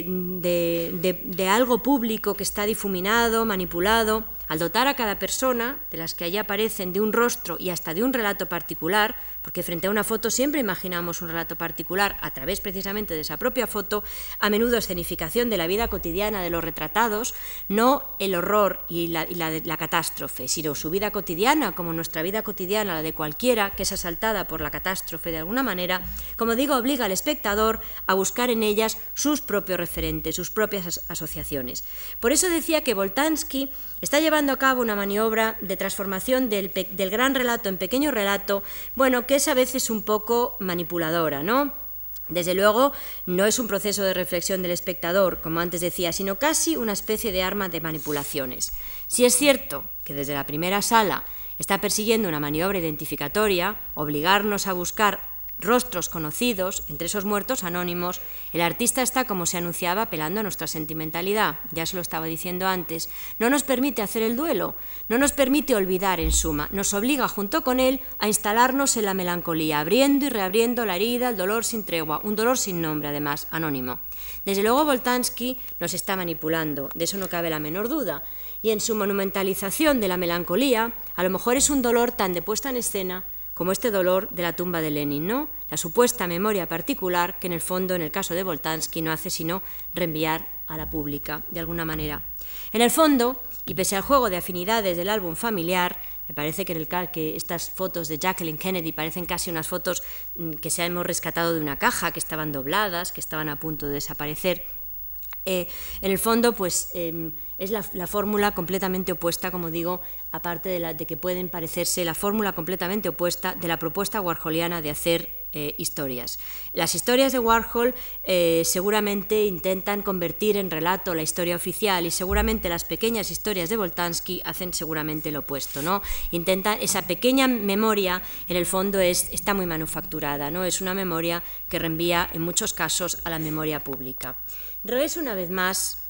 de algo público que está difuminado, manipulado, al dotar a cada persona, de las que allí aparecen, de un rostro y hasta de un relato particular, porque frente a una foto siempre imaginamos un relato particular a través precisamente de esa propia foto, a menudo escenificación de la vida cotidiana de los retratados, no el horror y la catástrofe, sino su vida cotidiana, como nuestra vida cotidiana, la de cualquiera que es asaltada por la catástrofe de alguna manera, como digo, obliga al espectador a buscar en ellas sus propios referentes, sus propias asociaciones. Por eso decía que Boltanski está llevando a cabo una maniobra de transformación del gran relato en pequeño relato, bueno, que es a veces un poco manipuladora, ¿no? Desde luego, no es un proceso de reflexión del espectador, como antes decía, sino casi una especie de arma de manipulaciones. Si es cierto que desde la primera sala está persiguiendo una maniobra identificatoria, obligarnos a buscar rostros conocidos entre esos muertos anónimos, el artista está, como se anunciaba, apelando a nuestra sentimentalidad, ya se lo estaba diciendo antes, no nos permite hacer el duelo, no nos permite olvidar en suma, nos obliga junto con él a instalarnos en la melancolía, abriendo y reabriendo la herida, el dolor sin tregua, un dolor sin nombre además, anónimo. Desde luego Boltanski nos está manipulando, de eso no cabe la menor duda, y en su monumentalización de la melancolía, a lo mejor es un dolor tan de puesta en escena como este dolor de la tumba de Lenin, ¿no? La supuesta memoria particular que en el fondo, en el caso de Boltanski, no hace sino reenviar a la pública, de alguna manera. En el fondo, y pese al juego de afinidades del álbum familiar, me parece que estas fotos de Jacqueline Kennedy parecen casi unas fotos que se hemos rescatado de una caja, que estaban dobladas, que estaban a punto de desaparecer. En el fondo, pues es la fórmula completamente opuesta, como digo, aparte de que pueden parecerse, la fórmula completamente opuesta de la propuesta warholiana de hacer historias. Las historias de Warhol seguramente intentan convertir en relato la historia oficial y seguramente las pequeñas historias de Boltanski hacen seguramente lo opuesto, ¿no? Intentan, esa pequeña memoria en el fondo está muy manufacturada, ¿no? Es una memoria que reenvía en muchos casos a la memoria pública. Regreso una vez más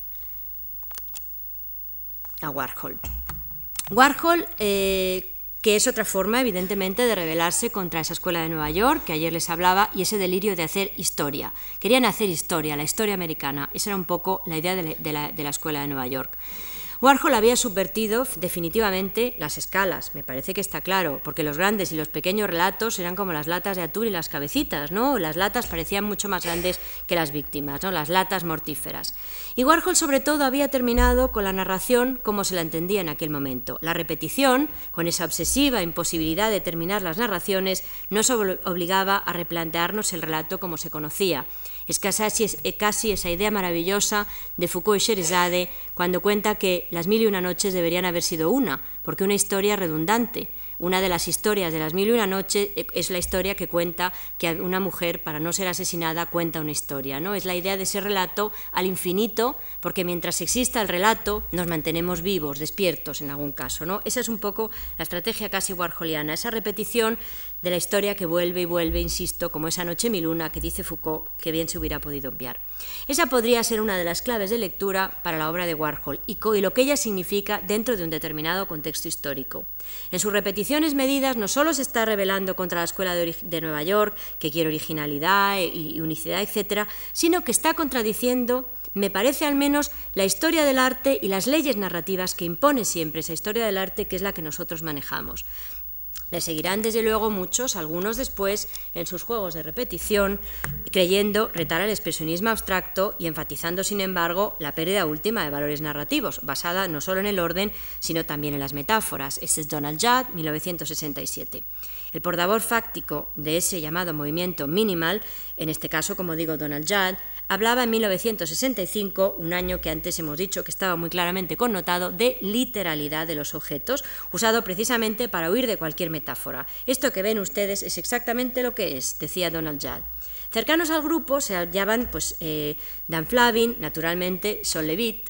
a Warhol. Warhol, que es otra forma, evidentemente, de rebelarse contra esa escuela de Nueva York, que ayer les hablaba, y ese delirio de hacer historia. Querían hacer historia, la historia americana. Esa era un poco la idea de la escuela de Nueva York. Warhol había subvertido definitivamente las escalas, me parece que está claro, porque los grandes y los pequeños relatos eran como las latas de atún y las cabecitas, ¿no? Las latas parecían mucho más grandes que las víctimas, ¿no? Las latas mortíferas. Y Warhol, sobre todo, había terminado con la narración como se la entendía en aquel momento. La repetición, con esa obsesiva imposibilidad de terminar las narraciones, nos obligaba a replantearnos el relato como se conocía. Es casi esa idea maravillosa de Foucault y Sherazade cuando cuenta que las 1001 noches deberían haber sido una, porque una historia redundante. Una de las historias de las 1001 noches es la historia que cuenta que una mujer, para no ser asesinada, cuenta una historia, ¿no? Es la idea de ese relato al infinito, porque mientras exista el relato nos mantenemos vivos, despiertos en algún caso, ¿no? Esa es un poco la estrategia casi warholiana, esa repetición de la historia que vuelve y vuelve, insisto, como esa noche miluna que dice Foucault que bien se hubiera podido enviar. Esa podría ser una de las claves de lectura para la obra de Warhol y lo que ella significa dentro de un determinado contexto histórico. En sus repeticiones medidas no solo se está rebelando contra la escuela de Nueva York, que quiere originalidad y unicidad, etc., sino que está contradiciendo, me parece al menos, la historia del arte y las leyes narrativas que impone siempre esa historia del arte, que es la que nosotros manejamos. Le seguirán desde luego muchos, algunos después, en sus juegos de repetición, creyendo retar al expresionismo abstracto y enfatizando, sin embargo, la pérdida última de valores narrativos, basada no solo en el orden, sino también en las metáforas. Este es Donald Judd, 1967. El portavoz fáctico de ese llamado movimiento minimal, en este caso, como digo, Donald Judd, hablaba en 1965, un año que antes hemos dicho que estaba muy claramente connotado, de literalidad de los objetos, usado precisamente para huir de cualquier metáfora. Esto que ven ustedes es exactamente lo que es, decía Donald Judd. Cercanos al grupo se hallaban Dan Flavin, naturalmente, Sol Levitt,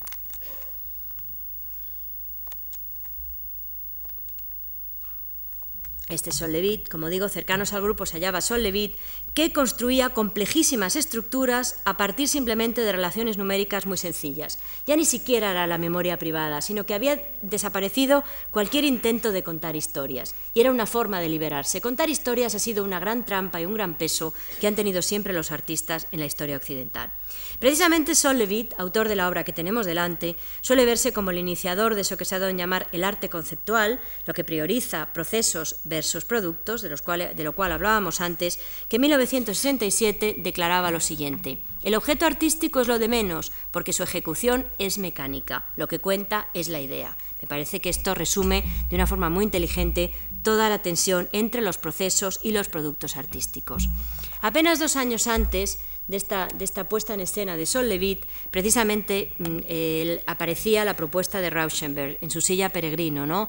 este Sol Levitt, como digo, cercanos al grupo se hallaba Sol Levitt, que construía complejísimas estructuras a partir simplemente de relaciones numéricas muy sencillas. Ya ni siquiera era la memoria privada, sino que había desaparecido cualquier intento de contar historias. Y era una forma de liberarse. Contar historias ha sido una gran trampa y un gran peso que han tenido siempre los artistas en la historia occidental. Precisamente Sol Levitt, autor de la obra que tenemos delante, suele verse como el iniciador de eso que se ha dado en llamar el arte conceptual, lo que prioriza procesos versus productos, de lo cual hablábamos antes, que en 1967 declaraba lo siguiente: el objeto artístico es lo de menos, porque su ejecución es mecánica, lo que cuenta es la idea. Me parece que esto resume de una forma muy inteligente toda la tensión entre los procesos y los productos artísticos. Apenas 2 años antes de esta puesta en escena de Sol Levitt, precisamente aparecía la propuesta de Rauschenberg en su Silla Peregrino, ¿no?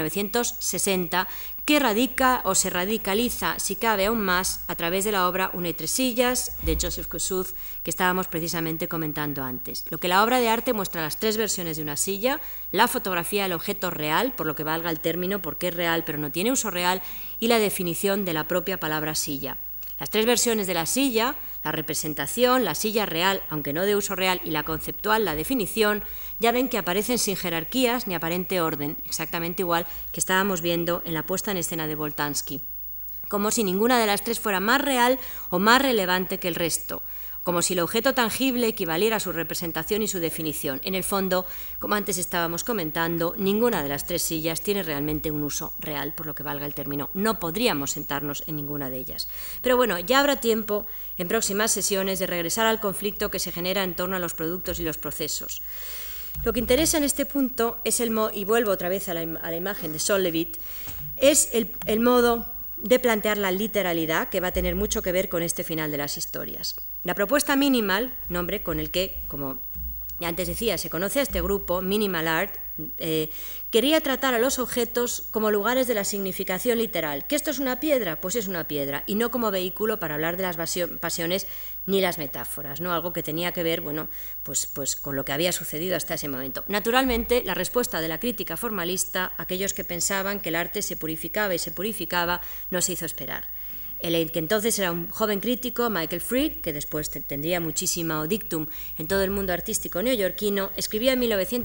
1960, que se radicaliza, si cabe aún más, a través de la obra Una y tres sillas, de Joseph Kosuth, que estábamos precisamente comentando antes. Lo que la obra de arte muestra las 3 versiones de una silla, la fotografía del objeto real, por lo que valga el término, porque es real pero no tiene uso real, y la definición de la propia palabra silla. Las 3 versiones de la silla, la representación, la silla real, aunque no de uso real, y la conceptual, la definición, ya ven que aparecen sin jerarquías ni aparente orden, exactamente igual que estábamos viendo en la puesta en escena de Boltanski, como si ninguna de las 3 fuera más real o más relevante que el resto, como si el objeto tangible equivaliera a su representación y su definición. En el fondo, como antes estábamos comentando, ninguna de las 3 sillas tiene realmente un uso real, por lo que valga el término. No podríamos sentarnos en ninguna de ellas. Pero bueno, ya habrá tiempo en próximas sesiones de regresar al conflicto que se genera en torno a los productos y los procesos. Lo que interesa en este punto es y vuelvo otra vez a la imagen de Sol Levitt, es el modo de plantear la literalidad, que va a tener mucho que ver con este final de las historias. La propuesta minimal, nombre con el que, como antes decía, se conoce a este grupo, Minimal Art, quería tratar a los objetos como lugares de la significación literal. ¿Que esto es una piedra? Pues es una piedra, y no como vehículo para hablar de las pasiones ni las metáforas, ¿no? Algo que tenía que ver, bueno, pues con lo que había sucedido hasta ese momento. Naturalmente, la respuesta de la crítica formalista, aquellos que pensaban que el arte se purificaba y se purificaba, no se hizo esperar. El que entonces era un joven crítico, Michael Fried, que después tendría muchísimo dictum en todo el mundo artístico neoyorquino, escribía en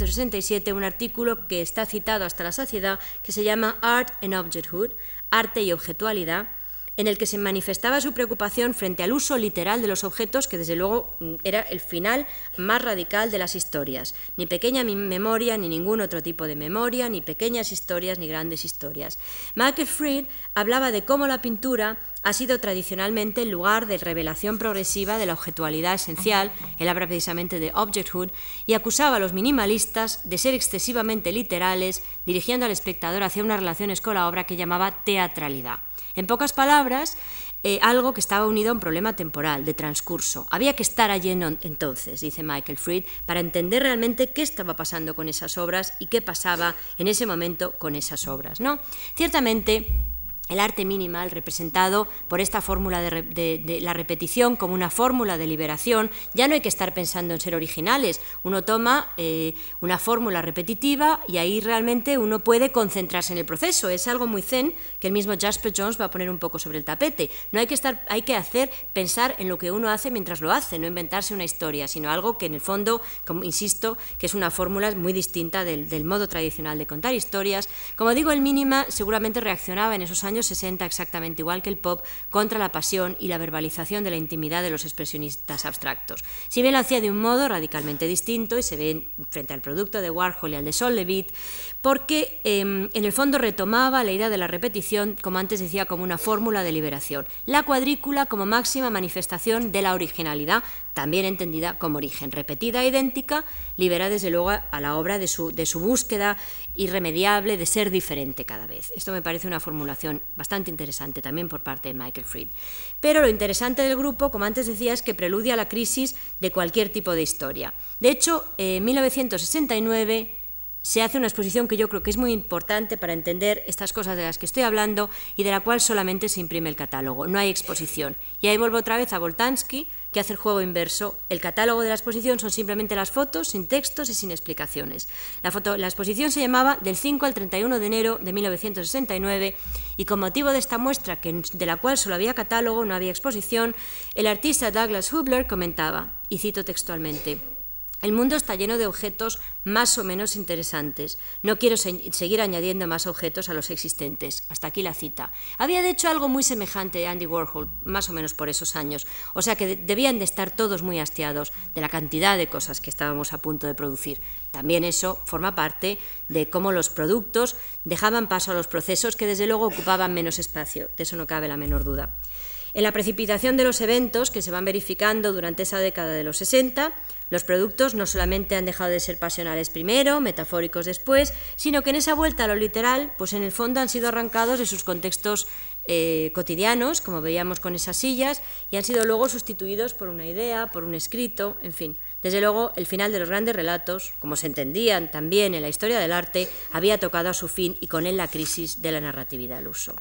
1967 un artículo que está citado hasta la saciedad, que se llama Art and Objecthood, Arte y Objetualidad, en el que se manifestaba su preocupación frente al uso literal de los objetos, que desde luego era el final más radical de las historias. Ni pequeña memoria, ni ningún otro tipo de memoria, ni pequeñas historias, ni grandes historias. Michael Fried hablaba de cómo la pintura ha sido tradicionalmente el lugar de revelación progresiva de la objetualidad esencial, él habla precisamente de objecthood, y acusaba a los minimalistas de ser excesivamente literales, dirigiendo al espectador hacia unas relaciones con la obra que llamaba teatralidad. En pocas palabras, algo que estaba unido a un problema temporal, de transcurso. Había que estar allí entonces, dice Michael Fried, para entender realmente qué estaba pasando con esas obras y qué pasaba en ese momento con esas obras, ¿no? Ciertamente, el arte minimal, representado por esta fórmula de la repetición como una fórmula de liberación, ya no hay que estar pensando en ser originales. Uno toma una fórmula repetitiva y ahí realmente uno puede concentrarse en el proceso. Es algo muy zen que el mismo Jasper Johns va a poner un poco sobre el tapete. No hay que pensar en lo que uno hace mientras lo hace, no inventarse una historia, sino algo que en el fondo, como insisto, que es una fórmula muy distinta del modo tradicional de contar historias. Como digo, el mínima seguramente reaccionaba en esos años años 60, exactamente igual que el pop, contra la pasión y la verbalización de la intimidad de los expresionistas abstractos. Si bien lo hacía de un modo radicalmente distinto, y se ve frente al producto de Warhol y al de Sol Levitt, porque en el fondo retomaba la idea de la repetición, como antes decía, como una fórmula de liberación. La cuadrícula como máxima manifestación de la originalidad, también entendida como origen, repetida e idéntica, libera desde luego a la obra de su búsqueda irremediable de ser diferente cada vez. Esto me parece una formulación bastante interesante también por parte de Michael Fried. Pero lo interesante del grupo, como antes decía, es que preludia la crisis de cualquier tipo de historia. De hecho, en 1969 se hace una exposición que yo creo que es muy importante para entender estas cosas de las que estoy hablando y de la cual solamente se imprime el catálogo, no hay exposición. Y ahí vuelvo otra vez a Boltanski, que hace el juego inverso. El catálogo de la exposición son simplemente las fotos, sin textos y sin explicaciones. La exposición se llamaba Del 5 al 31 de enero de 1969 y con motivo de esta muestra, de la cual solo había catálogo, no había exposición, el artista Douglas Hubler comentaba, y cito textualmente: el mundo está lleno de objetos más o menos interesantes. No quiero seguir añadiendo más objetos a los existentes. Hasta aquí la cita. Había de hecho algo muy semejante de Andy Warhol, más o menos por esos años. O sea que debían de estar todos muy hastiados de la cantidad de cosas que estábamos a punto de producir. También eso forma parte de cómo los productos dejaban paso a los procesos que desde luego ocupaban menos espacio. De eso no cabe la menor duda. En la precipitación de los eventos que se van verificando durante esa década de los 60, los productos no solamente han dejado de ser pasionales primero, metafóricos después, sino que en esa vuelta a lo literal, pues en el fondo han sido arrancados de sus contextos cotidianos, como veíamos con esas sillas, y han sido luego sustituidos por una idea, por un escrito, en fin. Desde luego, el final de los grandes relatos, como se entendían también en la historia del arte, había tocado a su fin y con él la crisis de la narratividad al uso.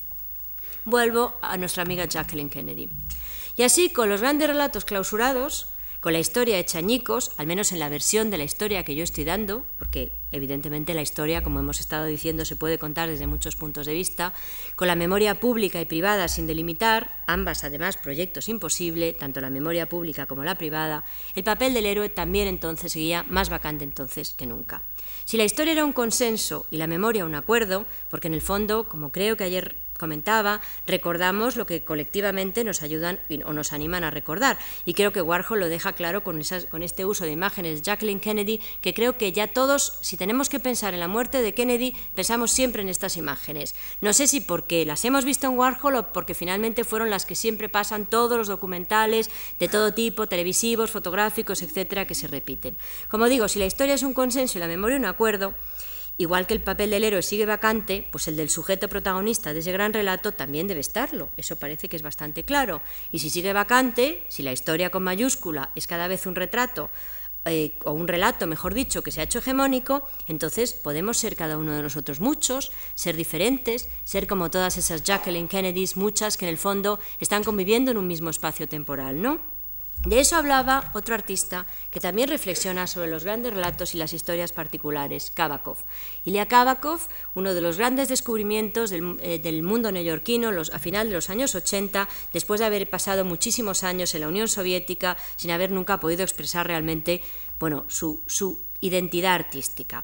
Vuelvo a nuestra amiga Jacqueline Kennedy. Y así, con los grandes relatos clausurados, con la historia hecha añicos, al menos en la versión de la historia que yo estoy dando, porque evidentemente la historia, como hemos estado diciendo, se puede contar desde muchos puntos de vista, con la memoria pública y privada sin delimitar, ambas además proyectos imposible, tanto la memoria pública como la privada, el papel del héroe también entonces seguía más vacante entonces que nunca. Si la historia era un consenso y la memoria un acuerdo, porque en el fondo, como creo que ayer comentaba, recordamos lo que colectivamente nos ayudan o nos animan a recordar. Y creo que Warhol lo deja claro con este uso de imágenes de Jacqueline Kennedy, que creo que ya todos, si tenemos que pensar en la muerte de Kennedy, pensamos siempre en estas imágenes. No sé si porque las hemos visto en Warhol o porque finalmente fueron las que siempre pasan todos los documentales de todo tipo, televisivos, fotográficos, etcétera, que se repiten. Como digo, si la historia es un consenso y la memoria un acuerdo, igual que el papel del héroe sigue vacante, pues el del sujeto protagonista de ese gran relato también debe estarlo. Eso parece que es bastante claro. Y si sigue vacante, si la historia con mayúscula es cada vez un retrato, o un relato, mejor dicho, que se ha hecho hegemónico, entonces podemos ser cada uno de nosotros muchos, ser diferentes, ser como todas esas Jacqueline Kennedys, muchas que en el fondo están conviviendo en un mismo espacio temporal, ¿no? De eso hablaba otro artista que también reflexiona sobre los grandes relatos y las historias particulares, Kabakov. Ilya Kabakov, uno de los grandes descubrimientos del mundo neoyorquino a final de los años 80, después de haber pasado muchísimos años en la Unión Soviética sin haber nunca podido expresar realmente, su identidad artística.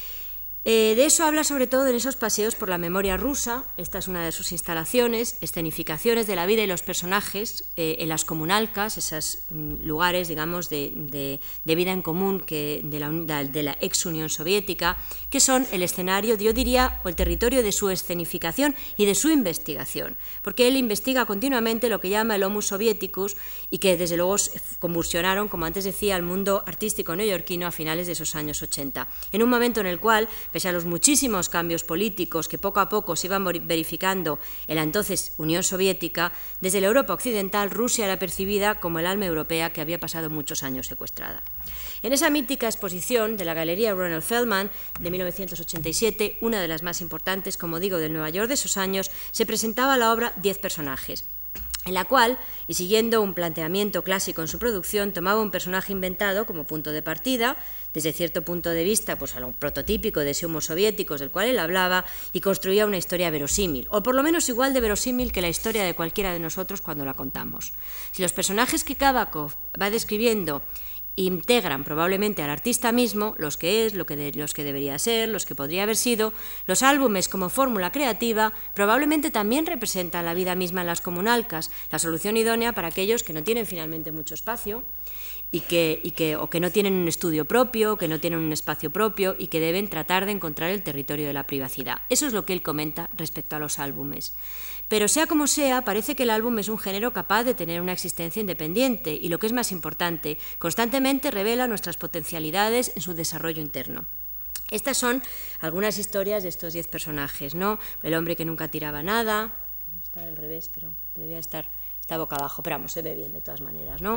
De eso habla sobre todo en esos paseos por la memoria rusa. Esta es una de sus instalaciones, escenificaciones de la vida y los personajes en las comunalcas, esos lugares, digamos, de vida en común de la ex Unión Soviética, que son el escenario, yo diría, o el territorio de su escenificación y de su investigación, porque él investiga continuamente lo que llama el Homus Sovieticus y que desde luego convulsionaron, como antes decía, el mundo artístico neoyorquino a finales de esos años 80, en un momento en el cual, pese a los muchísimos cambios políticos que poco a poco se iban verificando en la entonces Unión Soviética, desde la Europa occidental Rusia era percibida como el alma europea que había pasado muchos años secuestrada. En esa mítica exposición de la Galería Ronald Feldman de 1987, una de las más importantes, como digo, de Nueva York de esos años, se presentaba la obra 10 personajes, en la cual, y siguiendo un planteamiento clásico en su producción, tomaba un personaje inventado como punto de partida, desde cierto punto de vista, pues a lo prototípico de ese Homo soviéticos del cual él hablaba, y construía una historia verosímil, o por lo menos igual de verosímil que la historia de cualquiera de nosotros cuando la contamos. Si los personajes que Kabakov va describiendo integran probablemente al artista mismo, los que es, los que debería ser, los que podría haber sido. Los álbumes como fórmula creativa probablemente también representan la vida misma en las comunalcas, la solución idónea para aquellos que no tienen finalmente mucho espacio o que no tienen un estudio propio, que no tienen un espacio propio y que deben tratar de encontrar el territorio de la privacidad. Eso es lo que él comenta respecto a los álbumes. Pero sea como sea, parece que el álbum es un género capaz de tener una existencia independiente y, lo que es más importante, constantemente revela nuestras potencialidades en su desarrollo interno. Estas son algunas historias de estos 10 personajes, ¿no? El hombre que nunca tiraba nada, está al revés, pero debía estar... Está boca abajo, pero vamos, se ve bien de todas maneras, ¿no?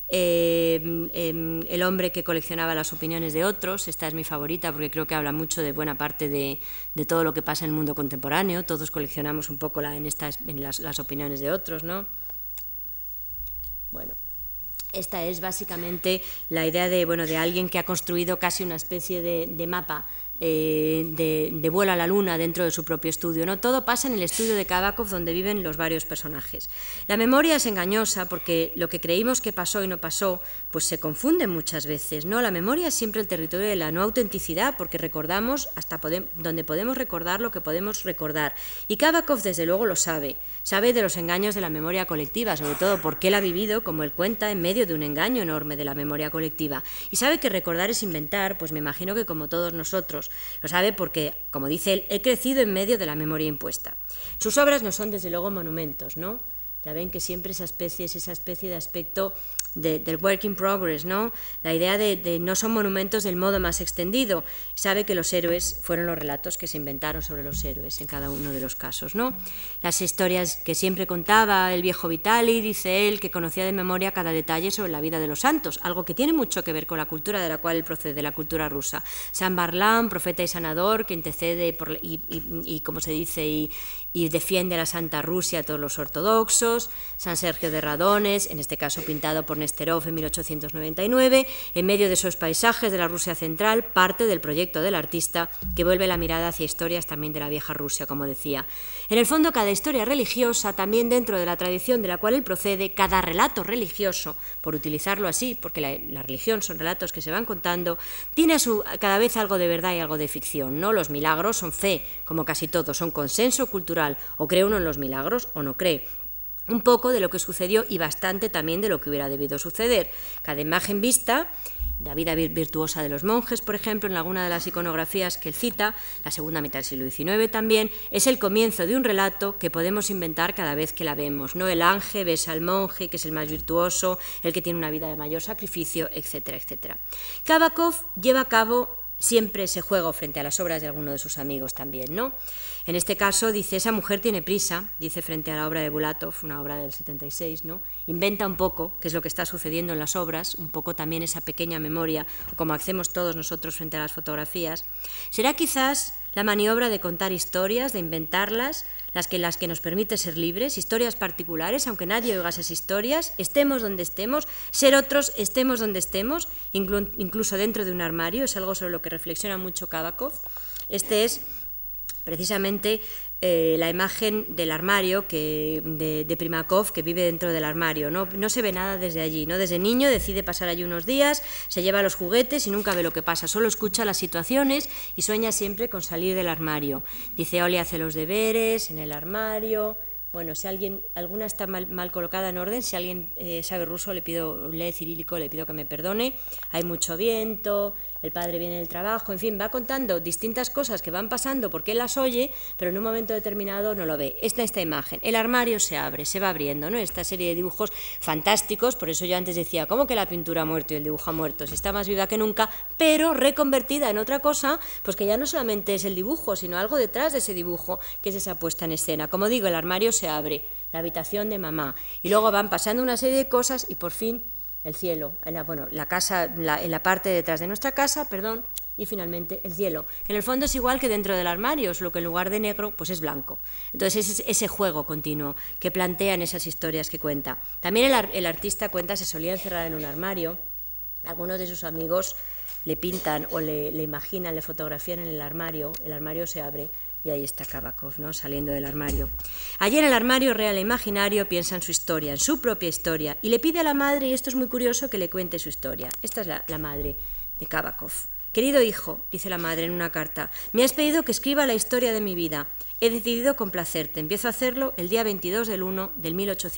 El hombre que coleccionaba las opiniones de otros, esta es mi favorita porque creo que habla mucho de buena parte de todo lo que pasa en el mundo contemporáneo. Todos coleccionamos un poco en las opiniones de otros, ¿no? Bueno, esta es básicamente la idea de alguien que ha construido casi una especie de mapa de vuelo a la luna dentro de su propio estudio, ¿no? Todo pasa en el estudio de Kabakov, donde viven los varios personajes. La memoria es engañosa porque lo que creímos que pasó y no pasó, pues se confunde muchas veces, ¿no? La memoria es siempre el territorio de la no autenticidad, porque recordamos hasta donde podemos recordar lo que podemos recordar. Y Kabakov, desde luego, lo sabe de los engaños de la memoria colectiva, sobre todo porque él ha vivido, como él cuenta, en medio de un engaño enorme de la memoria colectiva. Y sabe que recordar es inventar, pues me imagino que como todos nosotros. Lo sabe porque, como dice él, he crecido en medio de la memoria impuesta. Sus obras no son, desde luego, monumentos, ¿no? Ya ven que siempre esa especie de aspecto del work in progress, ¿no? La idea de no son monumentos del modo más extendido. Sabe que los héroes fueron los relatos que se inventaron sobre los héroes en cada uno de los casos, ¿no? Las historias que siempre contaba el viejo Vitali, dice él, que conocía de memoria cada detalle sobre la vida de los santos, algo que tiene mucho que ver con la cultura de la cual él procede, la cultura rusa. San Varlam, profeta y sanador, que intercede y como se dice, y defiende a la Santa Rusia a todos los ortodoxos. San Sergio de Radones, en este caso pintado por Nesterov en 1899, en medio de esos paisajes de la Rusia central, parte del proyecto del artista que vuelve la mirada hacia historias también de la vieja Rusia, como decía. En el fondo, cada historia religiosa, también dentro de la tradición de la cual él procede, cada relato religioso, por utilizarlo así, porque la religión son relatos que se van contando, tiene cada vez algo de verdad y algo de ficción, ¿no? Los milagros son fe, como casi todos, son consenso cultural, o cree uno en los milagros o no cree. Un poco de lo que sucedió y bastante también de lo que hubiera debido suceder. Cada imagen vista, la vida virtuosa de los monjes, por ejemplo, en alguna de las iconografías que él cita, la segunda mitad del siglo XIX también, es el comienzo de un relato que podemos inventar cada vez que la vemos, ¿no? El ángel besa al monje, que es el más virtuoso, el que tiene una vida de mayor sacrificio, etcétera, etcétera. Kabakov lleva a cabo siempre ese juego frente a las obras de alguno de sus amigos también, ¿no? En este caso, dice, esa mujer tiene prisa, dice frente a la obra de Bulatov, una obra del 76, ¿no? Inventa un poco qué es lo que está sucediendo en las obras, un poco también esa pequeña memoria, como hacemos todos nosotros frente a las fotografías. Será quizás la maniobra de contar historias, de inventarlas, las que nos permite ser libres, historias particulares, aunque nadie oiga esas historias, estemos donde estemos, ser otros, estemos donde estemos, incluso dentro de un armario, es algo sobre lo que reflexiona mucho Kabakov. Este es precisamente la imagen del armario de Primakov, que vive dentro del armario, no se ve nada desde allí, ¿no? Desde niño decide pasar allí unos días, se lleva los juguetes y nunca ve lo que pasa, solo escucha las situaciones y sueña siempre con salir del armario. Dice, Oli hace los deberes en el armario. Bueno, si alguna está mal colocada en orden, si alguien sabe ruso, lee cirílico, le pido que me perdone. Hay mucho viento, el padre viene del trabajo, en fin, va contando distintas cosas que van pasando porque él las oye, pero en un momento determinado no lo ve. Esta imagen, el armario se abre, se va abriendo, ¿no? Esta serie de dibujos fantásticos, por eso yo antes decía, ¿cómo que la pintura ha muerto y el dibujo ha muerto? Si está más viva que nunca, pero reconvertida en otra cosa, pues que ya no solamente es el dibujo, sino algo detrás de ese dibujo, que es esa puesta en escena. Como digo, el armario se abre, la habitación de mamá, y luego van pasando una serie de cosas y por fin el cielo, la casa, en la parte detrás de nuestra casa, y finalmente el cielo, que en el fondo es igual que dentro del armario, solo que en lugar de negro pues es blanco. Entonces es ese juego continuo que plantea en esas historias que cuenta. También el artista cuenta, se solía encerrar en un armario, algunos de sus amigos le pintan o le imaginan, le fotografían en el armario se abre Y ahí está Kabakov, ¿no?, saliendo del armario. Allí en el armario real e imaginario piensa en su historia, en su propia historia, y le pide a la madre, y esto es muy curioso, que le cuente su historia. Esta es la madre de Kabakov. «Querido hijo», dice la madre en una carta, «me has pedido que escriba la historia de mi vida. He decidido complacerte. Empiezo a hacerlo el día 22 del 1 del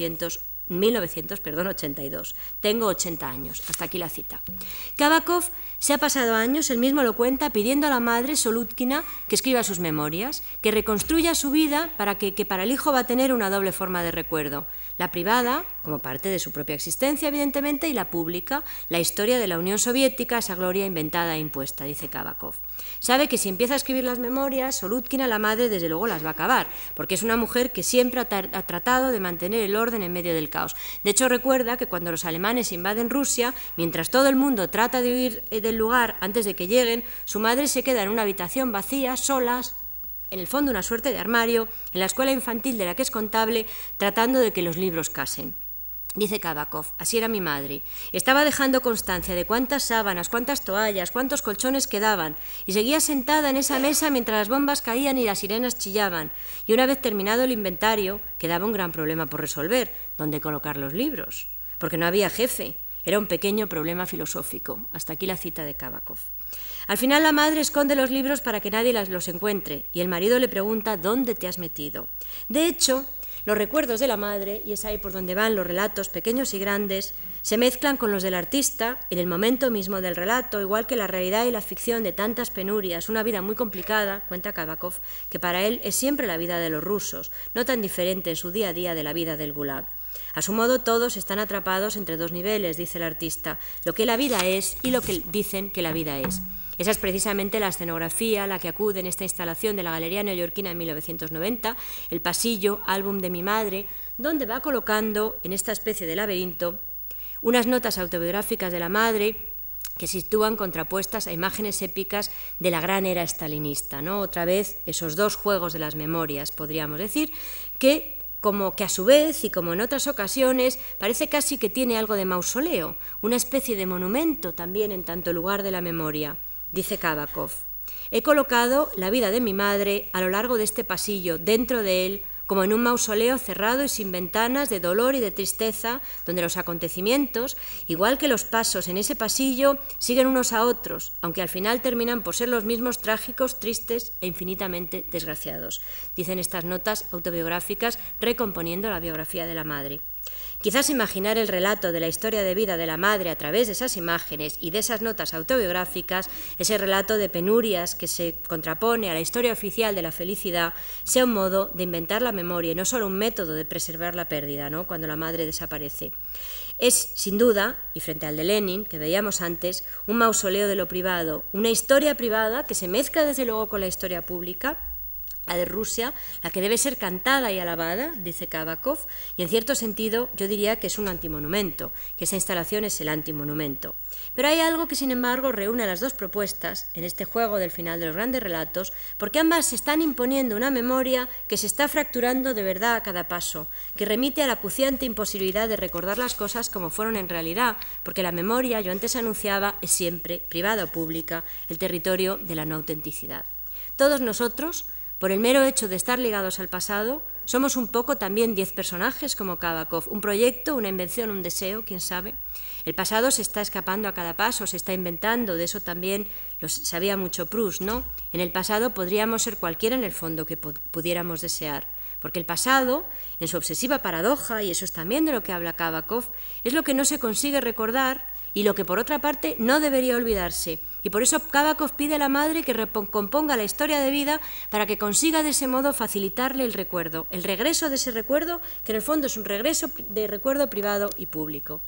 1982. Tengo 80 años». Hasta aquí la cita. Kabakov se ha pasado años, él mismo lo cuenta, pidiendo a la madre Solutkina que escriba sus memorias, que reconstruya su vida para que para el hijo va a tener una doble forma de recuerdo. La privada, como parte de su propia existencia, evidentemente, y la pública, la historia de la Unión Soviética, esa gloria inventada e impuesta, dice Kabakov. Sabe que si empieza a escribir las memorias, Solutkina, la madre, desde luego las va a acabar, porque es una mujer que siempre ha tratado de mantener el orden en medio del caos. De hecho, recuerda que cuando los alemanes invaden Rusia, mientras todo el mundo trata de huir del lugar antes de que lleguen, su madre se queda en una habitación vacía, solas, en el fondo una suerte de armario, en la escuela infantil de la que es contable, tratando de que los libros casen. Dice Kabakov, así era mi madre. Estaba dejando constancia de cuántas sábanas, cuántas toallas, cuántos colchones quedaban, y seguía sentada en esa mesa mientras las bombas caían y las sirenas chillaban. Y una vez terminado el inventario, quedaba un gran problema por resolver, ¿dónde colocar los libros? Porque no había jefe, era un pequeño problema filosófico. Hasta aquí la cita de Kabakov. Al final la madre esconde los libros para que nadie los encuentre, y el marido le pregunta ¿dónde te has metido? De hecho, los recuerdos de la madre, y es ahí por donde van los relatos pequeños y grandes, se mezclan con los del artista en el momento mismo del relato, igual que la realidad y la ficción de tantas penurias, una vida muy complicada, cuenta Kabakov, que para él es siempre la vida de los rusos, no tan diferente en su día a día de la vida del Gulag. A su modo, todos están atrapados entre dos niveles, dice el artista, lo que la vida es y lo que dicen que la vida es. Esa es precisamente la escenografía a la que acude en esta instalación de la Galería Neoyorquina en 1990, el pasillo, álbum de mi madre, donde va colocando en esta especie de laberinto unas notas autobiográficas de la madre que se sitúan contrapuestas a imágenes épicas de la gran era stalinista, ¿no? Otra vez esos dos juegos de las memorias, podríamos decir, que como que a su vez, y como en otras ocasiones, parece casi que tiene algo de mausoleo, una especie de monumento también en tanto lugar de la memoria. Dice Kabakov, he colocado la vida de mi madre a lo largo de este pasillo, dentro de él, como en un mausoleo cerrado y sin ventanas, de dolor y de tristeza, donde los acontecimientos, igual que los pasos en ese pasillo, siguen unos a otros, aunque al final terminan por ser los mismos trágicos, tristes e infinitamente desgraciados. Dicen estas notas autobiográficas recomponiendo la biografía de la madre. Quizás imaginar el relato de la historia de vida de la madre a través de esas imágenes y de esas notas autobiográficas, ese relato de penurias que se contrapone a la historia oficial de la felicidad, sea un modo de inventar la memoria y no solo un método de preservar la pérdida, ¿no?, cuando la madre desaparece. Es, sin duda, y frente al de Lenin, que veíamos antes, un mausoleo de lo privado, una historia privada que se mezcla desde luego con la historia pública, la de Rusia, la que debe ser cantada y alabada, dice Kabakov, y en cierto sentido yo diría que es un antimonumento, que esa instalación es el antimonumento. Pero hay algo que sin embargo reúne a las dos propuestas en este juego del final de los grandes relatos, porque ambas se están imponiendo una memoria que se está fracturando de verdad a cada paso, que remite a la acuciante imposibilidad de recordar las cosas como fueron en realidad, porque la memoria, yo antes anunciaba, es siempre, privada o pública, el territorio de la no autenticidad. Todos nosotros, por el mero hecho de estar ligados al pasado, somos un poco también 10 personajes como Kabakov, un proyecto, una invención, un deseo, quién sabe. El pasado se está escapando a cada paso, se está inventando, de eso también lo sabía mucho Proust, ¿no? En el pasado podríamos ser cualquiera en el fondo que pudiéramos desear, porque el pasado, en su obsesiva paradoja, y eso es también de lo que habla Kabakov, es lo que no se consigue recordar y lo que por otra parte no debería olvidarse. Y por eso Kabakov pide a la madre que recomponga la historia de vida para que consiga de ese modo facilitarle el recuerdo, el regreso de ese recuerdo, que en el fondo es un regreso de recuerdo privado y público.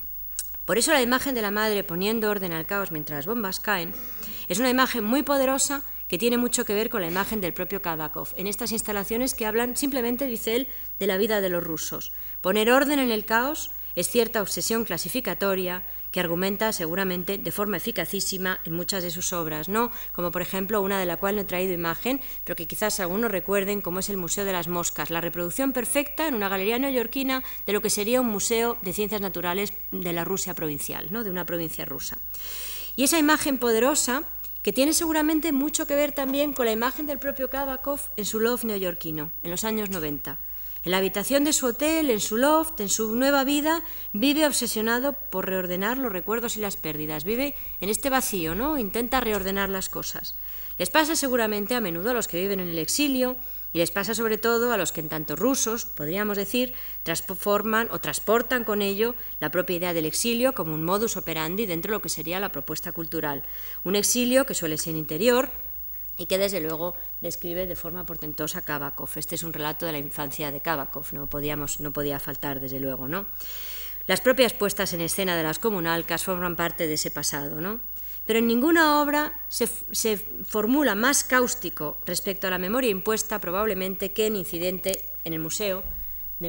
Por eso la imagen de la madre poniendo orden al caos mientras las bombas caen es una imagen muy poderosa que tiene mucho que ver con la imagen del propio Kabakov, en estas instalaciones que hablan simplemente, dice él, de la vida de los rusos. Poner orden en el caos es cierta obsesión clasificatoria que argumenta seguramente de forma eficacísima en muchas de sus obras, ¿no? Como por ejemplo una de la cual no he traído imagen, pero que quizás algunos recuerden, como es el Museo de las Moscas, la reproducción perfecta en una galería neoyorquina de lo que sería un museo de ciencias naturales de la Rusia provincial, ¿no?, de una provincia rusa. Y esa imagen poderosa que tiene seguramente mucho que ver también con la imagen del propio Kabakov en su loft neoyorquino, en los años 90. En la habitación de su hotel, en su loft, en su nueva vida, vive obsesionado por reordenar los recuerdos y las pérdidas. Vive en este vacío, ¿no? Intenta reordenar las cosas. Les pasa seguramente a menudo a los que viven en el exilio y les pasa sobre todo a los que en tanto rusos, podríamos decir, transforman o transportan con ello la propia idea del exilio como un modus operandi dentro de lo que sería la propuesta cultural. Un exilio que suele ser interior, y que desde luego describe de forma portentosa Kabakov. Este es un relato de la infancia de Kabakov, no podía faltar desde luego, ¿no? Las propias puestas en escena de las comunalcas forman parte de ese pasado, ¿no? Pero en ninguna obra se formula más cáustico respecto a la memoria impuesta probablemente que en Incidente en el Museo de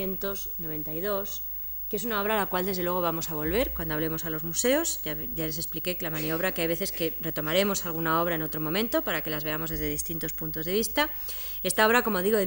1992, que es una obra a la cual desde luego vamos a volver cuando hablemos a los museos. Ya les expliqué que la maniobra, que hay veces que retomaremos alguna obra en otro momento para que las veamos desde distintos puntos de vista. Esta obra, como digo, de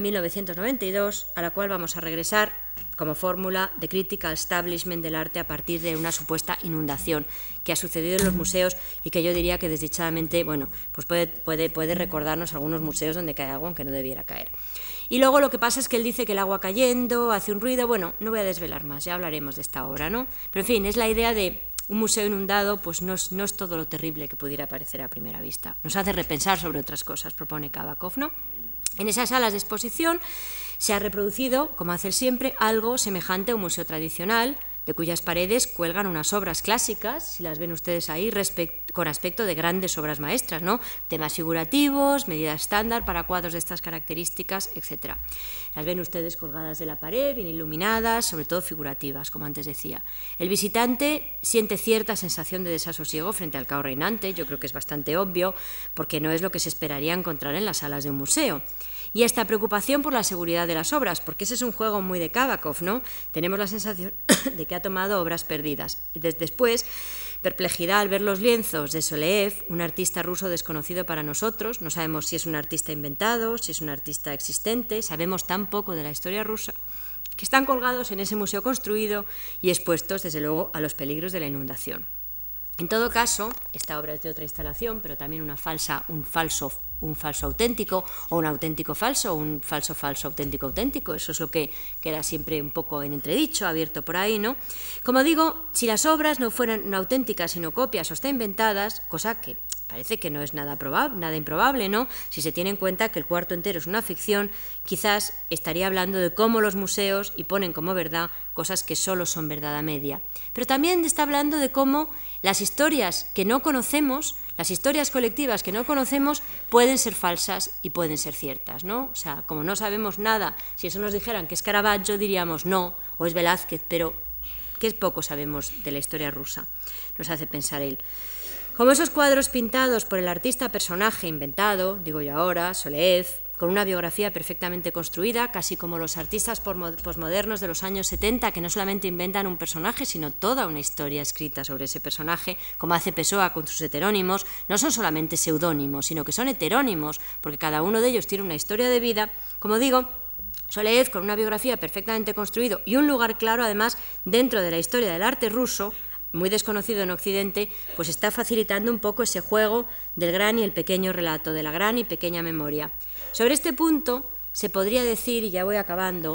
1992, a la cual vamos a regresar como fórmula de crítica al establishment del arte a partir de una supuesta inundación que ha sucedido en los museos y que yo diría que desdichadamente, bueno, pues puede recordarnos algunos museos donde cae agua aunque no debiera caer. Y luego lo que pasa es que él dice que el agua cayendo hace un ruido. Bueno, no voy a desvelar más, ya hablaremos de esta obra, ¿no? Pero en fin, es la idea de un museo inundado, pues no es todo lo terrible que pudiera parecer a primera vista. Nos hace repensar sobre otras cosas, propone Kabakov, ¿no? En esas salas de exposición se ha reproducido, como hace él siempre, algo semejante a un museo tradicional, de cuyas paredes cuelgan unas obras clásicas, si las ven ustedes ahí, con aspecto de grandes obras maestras, ¿no? Temas figurativos, medidas estándar para cuadros de estas características, etc. Las ven ustedes colgadas de la pared, bien iluminadas, sobre todo figurativas, como antes decía. El visitante siente cierta sensación de desasosiego frente al caos reinante, yo creo que es bastante obvio, porque no es lo que se esperaría encontrar en las salas de un museo. Y esta preocupación por la seguridad de las obras, porque ese es un juego muy de Kabakov, ¿no? Tenemos la sensación de que ha tomado obras perdidas. Y después, perplejidad al ver los lienzos de Soleev, un artista ruso desconocido para nosotros. No sabemos si es un artista inventado, si es un artista existente, sabemos tan poco de la historia rusa, que están colgados en ese museo construido y expuestos, desde luego, a los peligros de la inundación. En todo caso, esta obra es de otra instalación, pero también un falso auténtico, o un auténtico falso, o un falso auténtico. Eso es lo que queda siempre un poco en entredicho, abierto por ahí, ¿no? Como digo, si las obras no fueran auténticas, sino copias o hasta inventadas, cosa que parece que no es nada improbable, ¿no? Si se tiene en cuenta que el cuarto entero es una ficción, quizás estaría hablando de cómo los museos ponen como verdad cosas que solo son verdad a media. Pero también está hablando de cómo las historias que no conocemos, las historias colectivas que no conocemos, pueden ser falsas y pueden ser ciertas, ¿no? O sea, como no sabemos nada, si eso nos dijeran que es Caravaggio, diríamos no, o es Velázquez, pero qué poco sabemos de la historia rusa, nos hace pensar él. Como esos cuadros pintados por el artista personaje inventado, digo yo ahora, Soleev, con una biografía perfectamente construida, casi como los artistas posmodernos de los años 70, que no solamente inventan un personaje, sino toda una historia escrita sobre ese personaje, como hace Pessoa con sus heterónimos. No son solamente seudónimos, sino que son heterónimos, porque cada uno de ellos tiene una historia de vida. Como digo, Soleev, con una biografía perfectamente construida y un lugar claro, además, dentro de la historia del arte ruso, muy desconocido en Occidente, pues está facilitando un poco ese juego del gran y el pequeño relato, de la gran y pequeña memoria. Sobre este punto se podría decir, y ya voy acabando,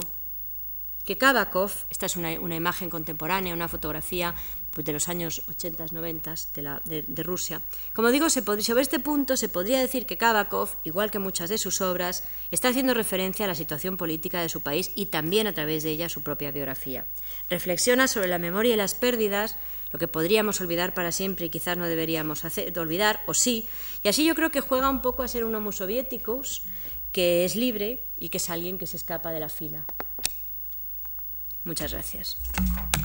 que Kabakov, esta es una imagen contemporánea, una fotografía pues, de los años 80, 90 de Rusia. Como digo, sobre este punto se podría decir que Kabakov, igual que muchas de sus obras, está haciendo referencia a la situación política de su país y también a través de ella su propia biografía. Reflexiona sobre la memoria y las pérdidas, lo que podríamos olvidar para siempre y quizás no deberíamos olvidar, o sí, y así yo creo que juega un poco a ser un homo soviéticos que es libre y que es alguien que se escapa de la fila. Muchas gracias.